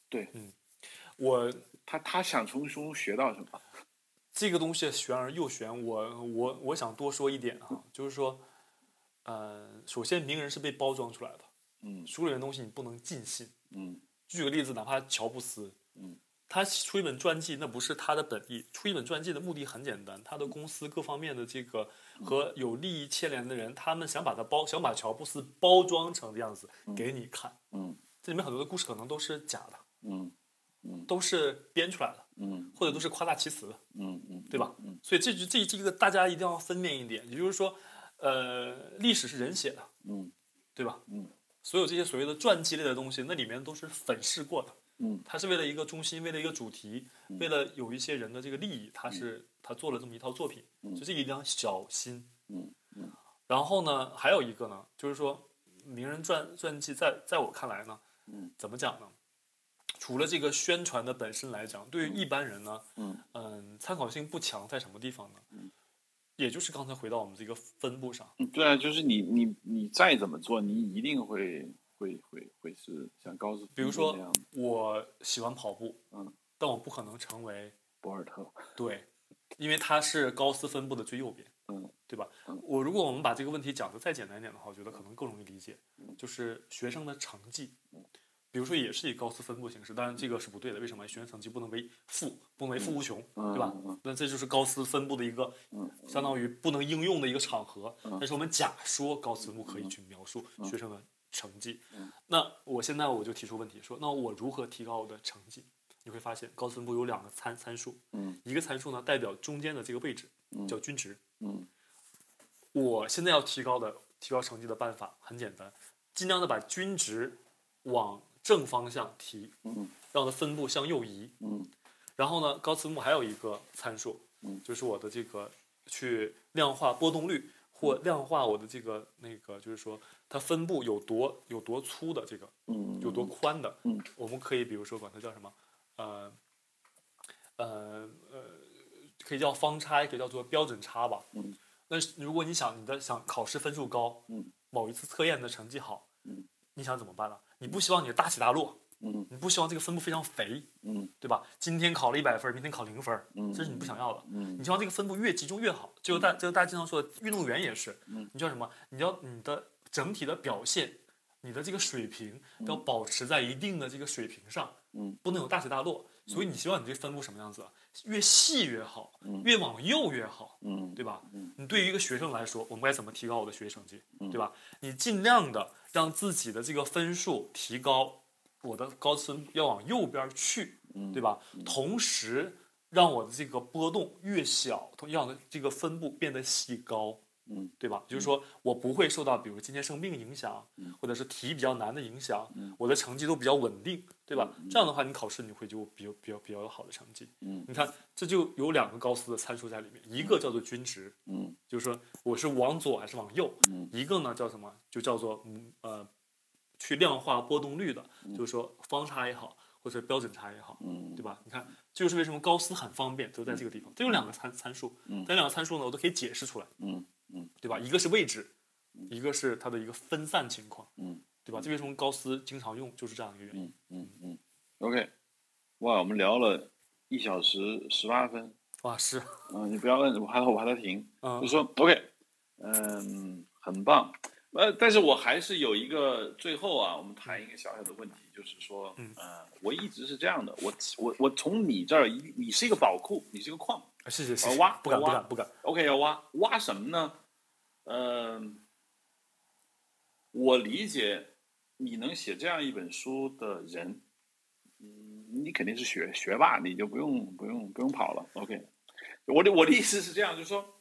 对， 嗯，我他他想从中学到什么？ 这个东西玄而又玄，我我我想多说一点哈，就是说，呃，首先名人是被包装出来的， 嗯书里面的东西你不能尽信。 嗯举个例子，哪怕乔布斯， 嗯他出一本传记，那不是他的本意。出一本传记的目的很简单，他的公司各方面的这个和有利益牵连的人，他们想把他包，想把乔布斯包装成的样子给你看。 嗯这里面很多的故事可能都是假的， 嗯嗯都是编出来的， 嗯或者都是夸大其词的， 嗯嗯， 对吧？ 嗯所以这这这个大家一定要分辨一点，也就是说，呃，历史是人写的， 嗯对吧？ 嗯所有这些所谓的传记类的东西，那里面都是粉饰过的。 嗯它是为了一个中心，为了一个主题，为了有一些人的这个利益，他是他做了这么一套作品，所以这个一定要小心。 嗯嗯然后呢，还有一个呢，就是说名人传传记在在我看来呢， 嗯怎么讲呢？除了这个宣传的本身来讲，对于一般人呢， 嗯嗯，参考性不强，在什么地方呢？也就是刚才回到我们这个分布上， 嗯，对啊，就是你你你再怎么做，你一定会会会会是像高斯比如说分布那样， 我喜欢跑步， 嗯， 但我不可能成为博尔特， 对，因为它是高斯分布的最右边。 嗯对吧？我如果我们把这个问题讲得再简单一点的话，我觉得可能更容易理解，就是学生的成绩，比如说也是以高斯分布形式，当然这个是不对的。为什么？学生成绩不能为负，不能为负无穷，对吧？那这就是高斯分布的一个相当于不能应用的一个场合。但是我们假说高斯分布可以去描述学生的成绩。那我现在我就提出问题说，那我如何提高我的成绩？你会发现高斯分布有两个参参数，一个参数呢代表中间的这个位置，叫均值。 嗯我现在要提高的提高成绩的办法很简单，尽量的把均值往正方向提， 嗯让它分布向右移。 嗯然后呢，高斯分布还有一个参数， 嗯就是我的这个去量化波动率或量化我的这个那个，就是说它分布有多有多粗的这个， 嗯有多宽的。 嗯我们可以比如说管它叫什么，呃呃呃，可以叫方差，也可以叫做标准差吧。 嗯那如果你想你的想考试分数高， 嗯某一次测验的成绩好， 嗯你想怎么办呢？你不希望你的大起大落， 嗯你不希望这个分布非常肥， 嗯对吧？今天考了一百分，明天考零分， 嗯这是你不想要的。 嗯你希望这个分布越集中越好。就大，这个大家经常说的，运动员也是， 嗯你叫什么？你要你的整体的表现，你的这个水平要保持在一定的这个水平上， 嗯不能有大起大落。所以你希望你这个分布什么样子啊？越细越好， 嗯越往右越好， 嗯对吧？ 嗯你对于一个学生来说，我们该怎么提高我的学习成绩， 嗯对吧？你尽量的让自己的这个分数提高，我的高斯分布要往右边去， 嗯对吧？同时让我的这个波动越小，让的这个分布变得细高， 嗯对吧？就是说我不会受到比如今天生病影响，或者是题比较难的影响，我的成绩都比较稳定，对吧？这样的话，你考试你会就比较比较比较有好的成绩。 嗯你看，这就有两个高斯的参数在里面，一个叫做均值， 嗯就是说我是往左还是往右； 嗯一个呢叫什么？就叫做嗯呃，去量化波动率的，就是说方差也好，或者标准差也好， 嗯对吧？你看，这就是为什么高斯很方便，就在这个地方。这有两个参参数，这两个参数呢，我都可以解释出来， 嗯嗯对吧？一个是位置，一个是它的一个分散情况， 嗯对吧？这为什么高斯经常用，就是这样一个原因。 嗯嗯嗯 OK，哇，我们聊了一小时十八分， 哇，是， 嗯，你不要问，我还我还在停， 嗯就说 OK，嗯，很棒，呃，但是我还是有一个最后啊，我们谈一个小小的问题，就是说， 嗯呃，我一直是这样的，我我我从你这儿，一你是一个宝库，你是一个矿， 谢谢谢谢， 呃挖不敢不挖敢不敢， OK，要挖挖什么呢？嗯、我理解你能写这样一本书的人，嗯，你肯定是学学霸，你就不用不用不用跑了。OK，我的我的意思是这样，就是说，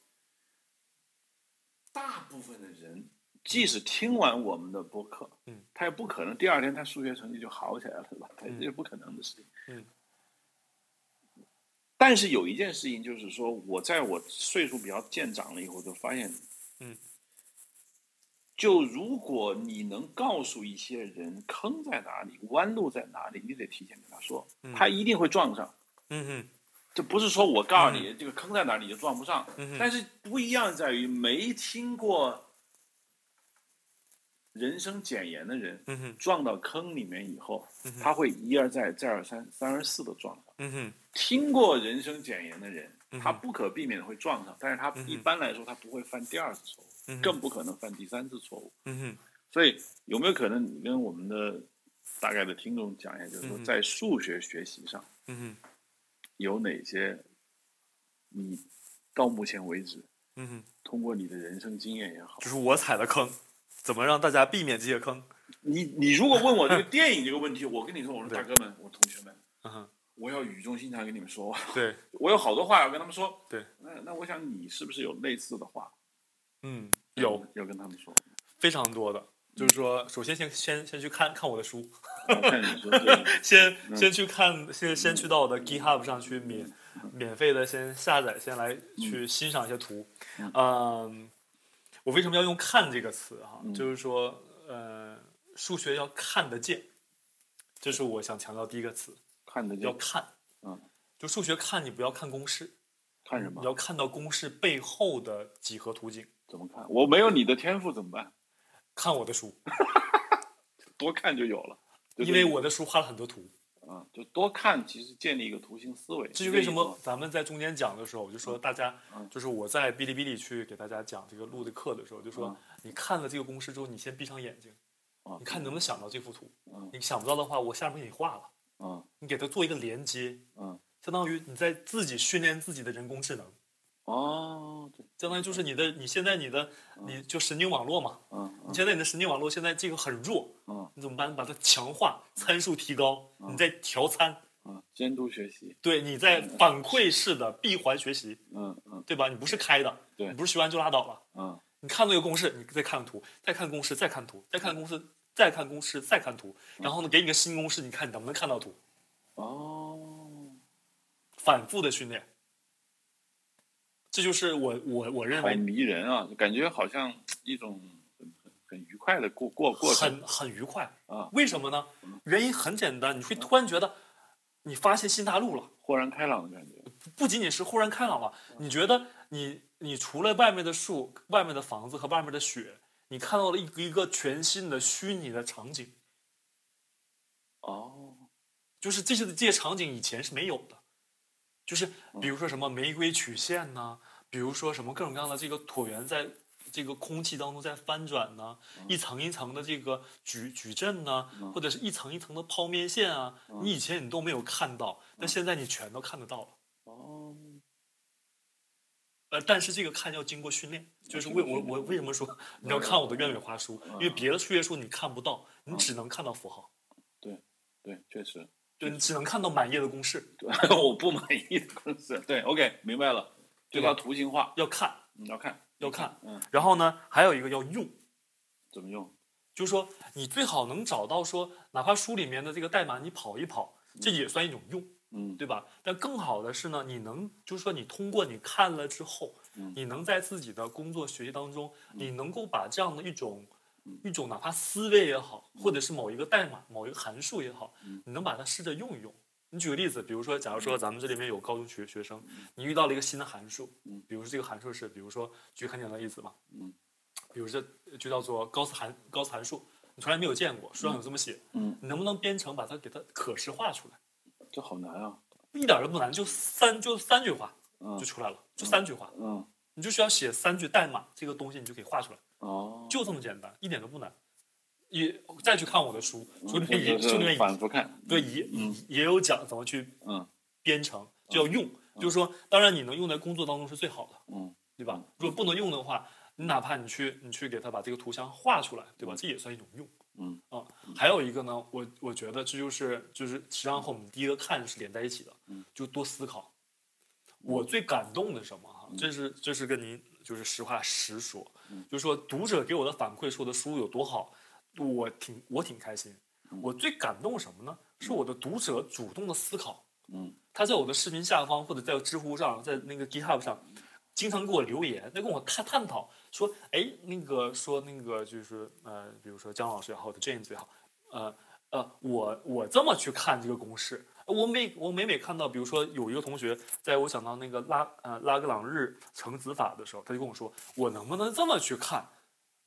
大部分的人即使听完我们的播客， 嗯， 他也不可能第二天他数学成绩就好起来了，对吧？这是不可能的事情。 嗯。 但是有一件事情就是说，我在我岁数比较渐长了以后，就发现， 嗯， 就如果你能告诉一些人坑在哪里，弯路在哪里，你得提前跟他说，他一定会撞上。 嗯哼， 这不是说我告诉你这个坑在哪里你就撞不上， 嗯哼， 但是不一样在于没听过人生简言的人， 嗯哼， 撞到坑里面以后， 嗯哼， 他会一而再、再而三、三而四的撞上。 嗯哼， 听过人生简言的人， 嗯哼他不可避免的会撞上，但是他嗯哼一般来说他不会犯第二次错误， 嗯哼， 更不可能犯第三次错误。 嗯哼， 所以有没有可能你跟我们的大概的听众讲一下，就是说嗯哼在数学学习上嗯哼， 有哪些你到目前为止嗯哼， 通过你的人生经验也好， 就是我踩的坑，怎么让大家避免这些坑？ 你你如果问我这个电影这个问题，我跟你说，我说对大哥们，我同学们， 嗯哼， 我要语重心长跟你们说， 对我有好多话要跟他们说。 对， 那那我想你是不是有类似的话嗯，有要跟他们说？ 非常多的，就是说，首先先先先去看看我的书， 我看你说这个， 先嗯先去看，先先去到我的 GitHub 上去免免费的先下载，先来去欣赏一些图。 嗯嗯，我为什么要用看这个词哈？ 嗯就是说，呃，数学要看得见，这是我想强调第一个词， 看得见， 要看。 嗯， 就数学看，你不要看公式， 看什么你？要看到公式背后的几何图景。 怎么看？我没有你的天赋怎么办？ 看我的书， 多看就有了， 因为我的书画了很多图。 嗯，就多看，其实建立一个图形思维。 至于为什么咱们在中间讲的时候，我就说大家， 嗯就是我在哔哩哔哩去给大家讲这个录的课的时候，就说嗯你看了这个公式之后，你先闭上眼睛， 嗯你看能不能想到这幅图。 嗯你想不到的话，我下面给你画了， 嗯你给它做一个连接， 嗯相当于你在自己训练自己的人工智能， 哦，对， 相当于就是你的你现在你的你就神经网络嘛， 嗯你现在你的神经网络现在这个很弱， 嗯你怎么办？你把它强化，参数提高，你再调参。 嗯，监督学习， 对，你在反馈式的闭环学习， 嗯嗯对吧？你不是开的， 对你不是学完就拉倒了。 嗯你看那个公式，你再看图，再看公式，再看图，再看公式，再看公式，再看图，然后呢，给你个新公式，你看你能不能看到图？ 哦， 反复的训练，这就是我我我认好为迷人啊，感觉好像一种很很很愉快的过过过程很很愉快啊。 为什么呢？原因很简单，你会突然觉得你发现新大陆了。 豁然开朗的感觉。 不仅仅是豁然开朗了，你觉得你你除了外面的树、外面的房子和外面的雪，你看到了一个一个全新的虚拟的场景， 哦， 就是这些这些场景以前是没有的，就是比如说什么玫瑰曲线呐、比如说什么各种各样的这个椭圆在这个空气当中在翻转呐、一层一层的这个矩矩阵呐、或者是一层一层的抛面线啊，你以前你都没有看到，但现在你全都看得到了。 哦， 呃，但是这个看要经过训练，就是为我我为什么说你要看我的鸢尾花书？因为别的数学书你看不到，你只能看到符号， 对对，确实， 对你只能看到满页的公式， 对，我不满意的公式。对，OK，明白了，这叫图形化， 要看你要看， 要看。 嗯， 然后呢，还有一个要用， 怎么用？ 就是说你最好能找到说，哪怕书里面的这个代码你跑一跑，这也算一种用。 嗯， 对吧？但更好的是呢，你能就是说，你通过你看了之后， 嗯你能在自己的工作学习当中，你能够把这样的一种、一种哪怕思维也好，或者是某一个代码、某一个函数也好，你能把它试着用一用。你举个例子，比如说，假如说咱们这里面有高中学学生，你遇到了一个新的函数，比如说这个函数是，比如说举个很简单的例子吧， 嗯， 比如这就叫做高斯函高斯函数，你从来没有见过，书上有这么写， 嗯， 你能不能编程把它给它可视化出来？ 这好难啊。 一点都不难，就三就三句话嗯就出来了，就三句话， 嗯， 你就需要写三句代码，这个东西你就可以画出来， 哦， 就这么简单，一点都不难。也再去看我的书，书里面也就是书里面也反复看， 对也也有讲怎么去嗯编程，就要用，就是说，当然你能用在工作当中是最好的， 嗯对吧？如果不能用的话，你哪怕你去你去给他把这个图像画出来，对吧？这也算一种用。 嗯啊，还有一个呢，我我觉得这就是就是实际上和我们第一个看是连在一起的，就多思考。我最感动的是什么哈？这是这是跟您就是实话实说，就是说读者给我的反馈说的书有多好，我挺我挺开心。我最感动什么呢？是我的读者主动的思考。 嗯， 他在我的视频下方或者在知乎上，在那个 GitHub 上，经常给我留言，在跟我探探讨说，哎，那个说那个就是呃，比如说姜老师也好，或者 James 也好，呃呃，我我这么去看这个公式，我每我每每看到，比如说有一个同学在我讲到那个拉呃拉格朗日乘子法的时候，他就跟我说，我能不能这么去看，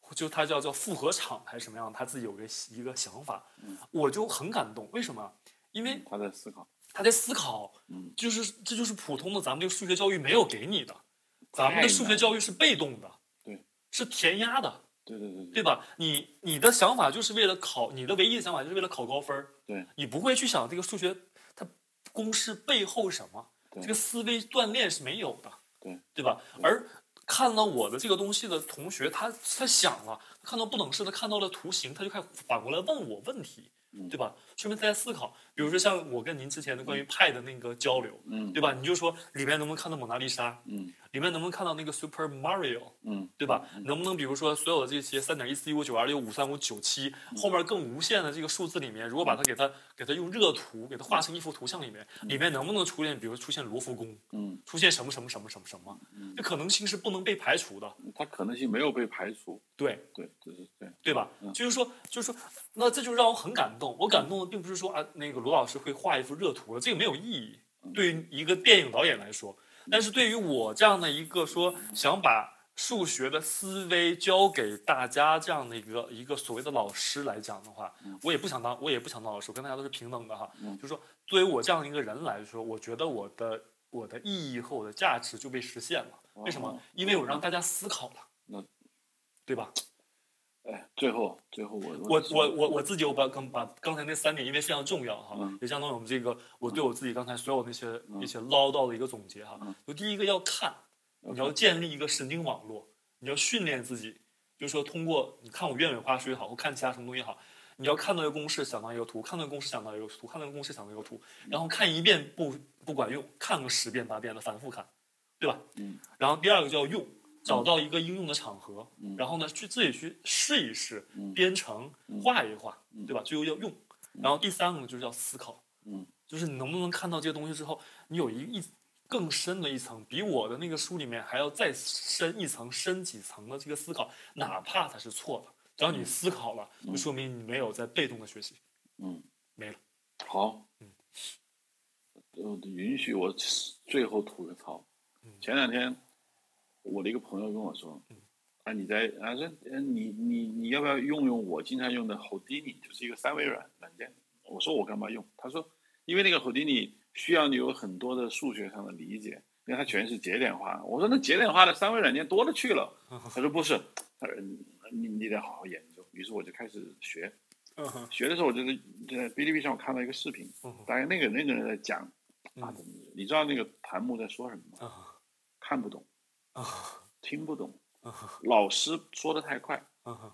就他叫叫复合场还是什么样，他自己有个一个想法， 嗯、 我就很感动。为什么？因为他在思考， 他在思考， 嗯， 就是这就是普通的咱们这个数学教育没有给你的，咱们的数学教育是被动的， 对， 是填鸭的。 对对对对吧？你你的想法就是为了考，你的唯一的想法就是为了考高分。 对， 你不会去想这个数学它公式背后什么，这个思维锻炼是没有的。 对， 对吧？而看到我的这个东西的同学，他他想了，看到不等式，他看到了图形，他就开始反过来问我问题， 嗯、 对吧？说明他在思考。比如说像我跟您之前的关于派的那个交流， 嗯， 对吧？你就说里面能不能看到蒙娜丽莎？ 嗯。 里面能不能看到那个 Super Mario， 嗯， 对吧？ 嗯、 能不能比如说所有的这些三点一四一五九二六五三五九七后面更无限的这个数字里面，如果把它给它给它用热图给它画成一幅图像里面， 嗯、 里面能不能出现，比如出现罗浮宫， 嗯， 出现什么什么什么什么什么， 嗯， 这可能性是不能被排除的。 它可能性没有被排除。 对对，就是对， 对吧？ 嗯、 就是说，就是说，那这就让我很感动。我感动的并不是说啊，那个罗老师会画一幅热图了，这个没有意义。对于一个电影导演来说。但是对于我这样的一个说想把数学的思维教给大家这样的一个一个所谓的老师来讲的话，我也不想当我也不想当老师，我跟大家都是平等的哈。就是说，作为我这样一个人来说，我觉得我的我的意义和我的价值就被实现了。为什么？因为我让大家思考了，对吧？ 哎，最后最后我我我我我自己我把刚把刚才那三点，因为非常重要哈， 嗯、 也相当于我们这个我对我自己刚才所有那些、 嗯、 一些唠叨的一个总结哈。 嗯、 就第一个要看，你要建立一个神经网络，你要训练自己，就是说通过你看我鸢尾花书也好，或看其他什么东西也好，你要看到一个公式想到一个图，看到一个公式想到一个图，看到一个公式想到一个图，然后看一遍不不管用，看个十遍八遍的反复看，对吧？ 嗯。 然后第二个叫用。找到一个应用的场合， 嗯、 然后呢，去自己去试一试， 嗯、 编程、 嗯、 画一画， 嗯、 对吧？最后要用。然后第三个就是要思考， 嗯、 就是你能不能看到这些东西之后，你有一一更深的一层，比我的那个书里面还要再深一层、深几层的这个思考，哪怕它是错的，只要你思考了， 嗯、 就说明你没有在被动的学习。 嗯， 没了。 好， 嗯， 呃，允许我最后吐个槽。 嗯、 前两天。我的一个朋友跟我说：“啊，你在啊，说你你你要不要用用我经常用的 Houdini， 就是一个三维软软件？”我说：“我干嘛用？”他说：“因为那个 Houdini需要你有很多的数学上的理解，因为它全是节点化。”我说：“那节点化的三维软件多了去了。”他说：“不是，他说你你得好好研究。”于是我就开始学。学的时候，我就是在哔哩哔哩上我看到一个视频，大概那个那个人在讲啊，你知道那个弹幕在说什么吗？看不懂。听不懂，老师说的太快，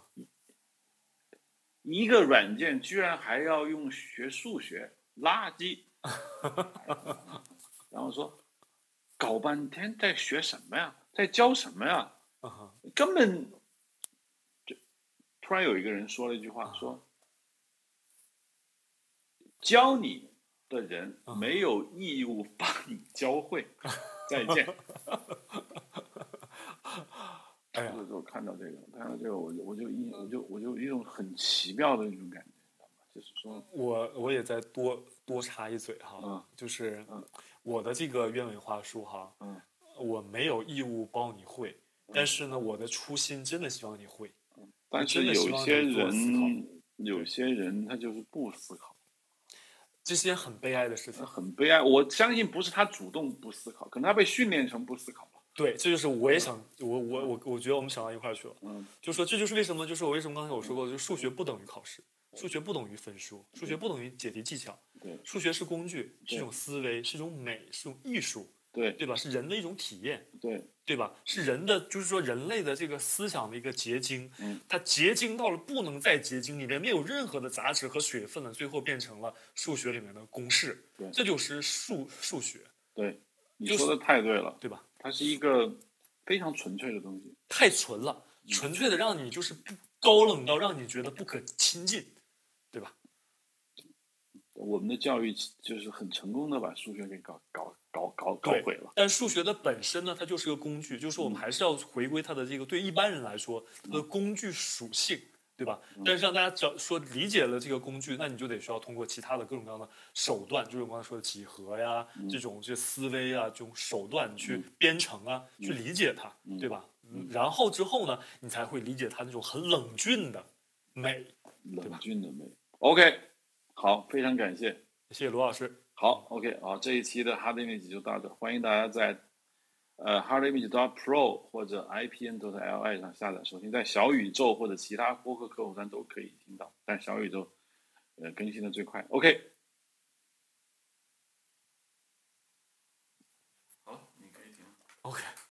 一个软件居然还要用学数学，垃圾。然后说，搞半天在学什么呀？在教什么呀？根本就突然有一个人说了一句话，说教你的人没有义务帮你教会。再见。哎呀，我看到这个，看到这个，我就我就一我就我就一种很奇妙的一种感觉，就是说， 我我也再多多插一嘴哈， 嗯、 就是嗯、 我的这个鸢尾花书哈， 嗯、 我没有义务帮你会，但是呢，我的初心真的希望你会。 嗯、但是有些人，有些人他就是不思考。 这是件很悲哀的事情， 很悲哀。我相信不是他主动不思考，可能他被训练成不思考了。 对，这就是我也想，我我我我觉得我们想到一块儿去了。 嗯， 就说这就是为什么，就是我为什么刚才我说过，就是数学不等于考试，数学不等于分数，数学不等于解题技巧。 对， 数学是工具，是一种思维，是一种美，是一种艺术。 对， 对吧？是人的一种体验。 对， 对吧？是人的，就是说人类的这个思想的一个结晶。 嗯， 它结晶到了不能再结晶，里面没有任何的杂质和水分了，最后变成了数学里面的公式。 对， 这就是数数学。 对，你说的太对了， 对吧？ 它是一个非常纯粹的东西， 太纯了，纯粹的让你就是不高冷到让你觉得不可亲近，对吧？ 我们的教育就是很成功的把数学给搞搞搞搞搞毁了。 但数学的本身呢，它就是个工具，就是说我们还是要回归它的这个对一般人来说它的工具属性，对吧？ 嗯、 但是让大家讲说理解了这个工具，那你就得需要通过其他的各种各样的手段，就是我刚才说的几何呀， 嗯、 这种这思维啊，这种手段去编程啊， 嗯、 去理解它， 嗯、 对吧？ 嗯，然后之后呢，你才会理解它那种很冷峻的美， 冷峻的美。OK， 好，非常感谢， 谢谢罗老师。 好 ，OK， 好，这一期的 Hard Image 就到这，欢迎大家在呃 hardimage.pro 或者 ipn.li 上下载收听，在小宇宙或者其他播客客户端都可以听到，但小宇宙呃更新的最快。OK， 好，你可以听。 OK。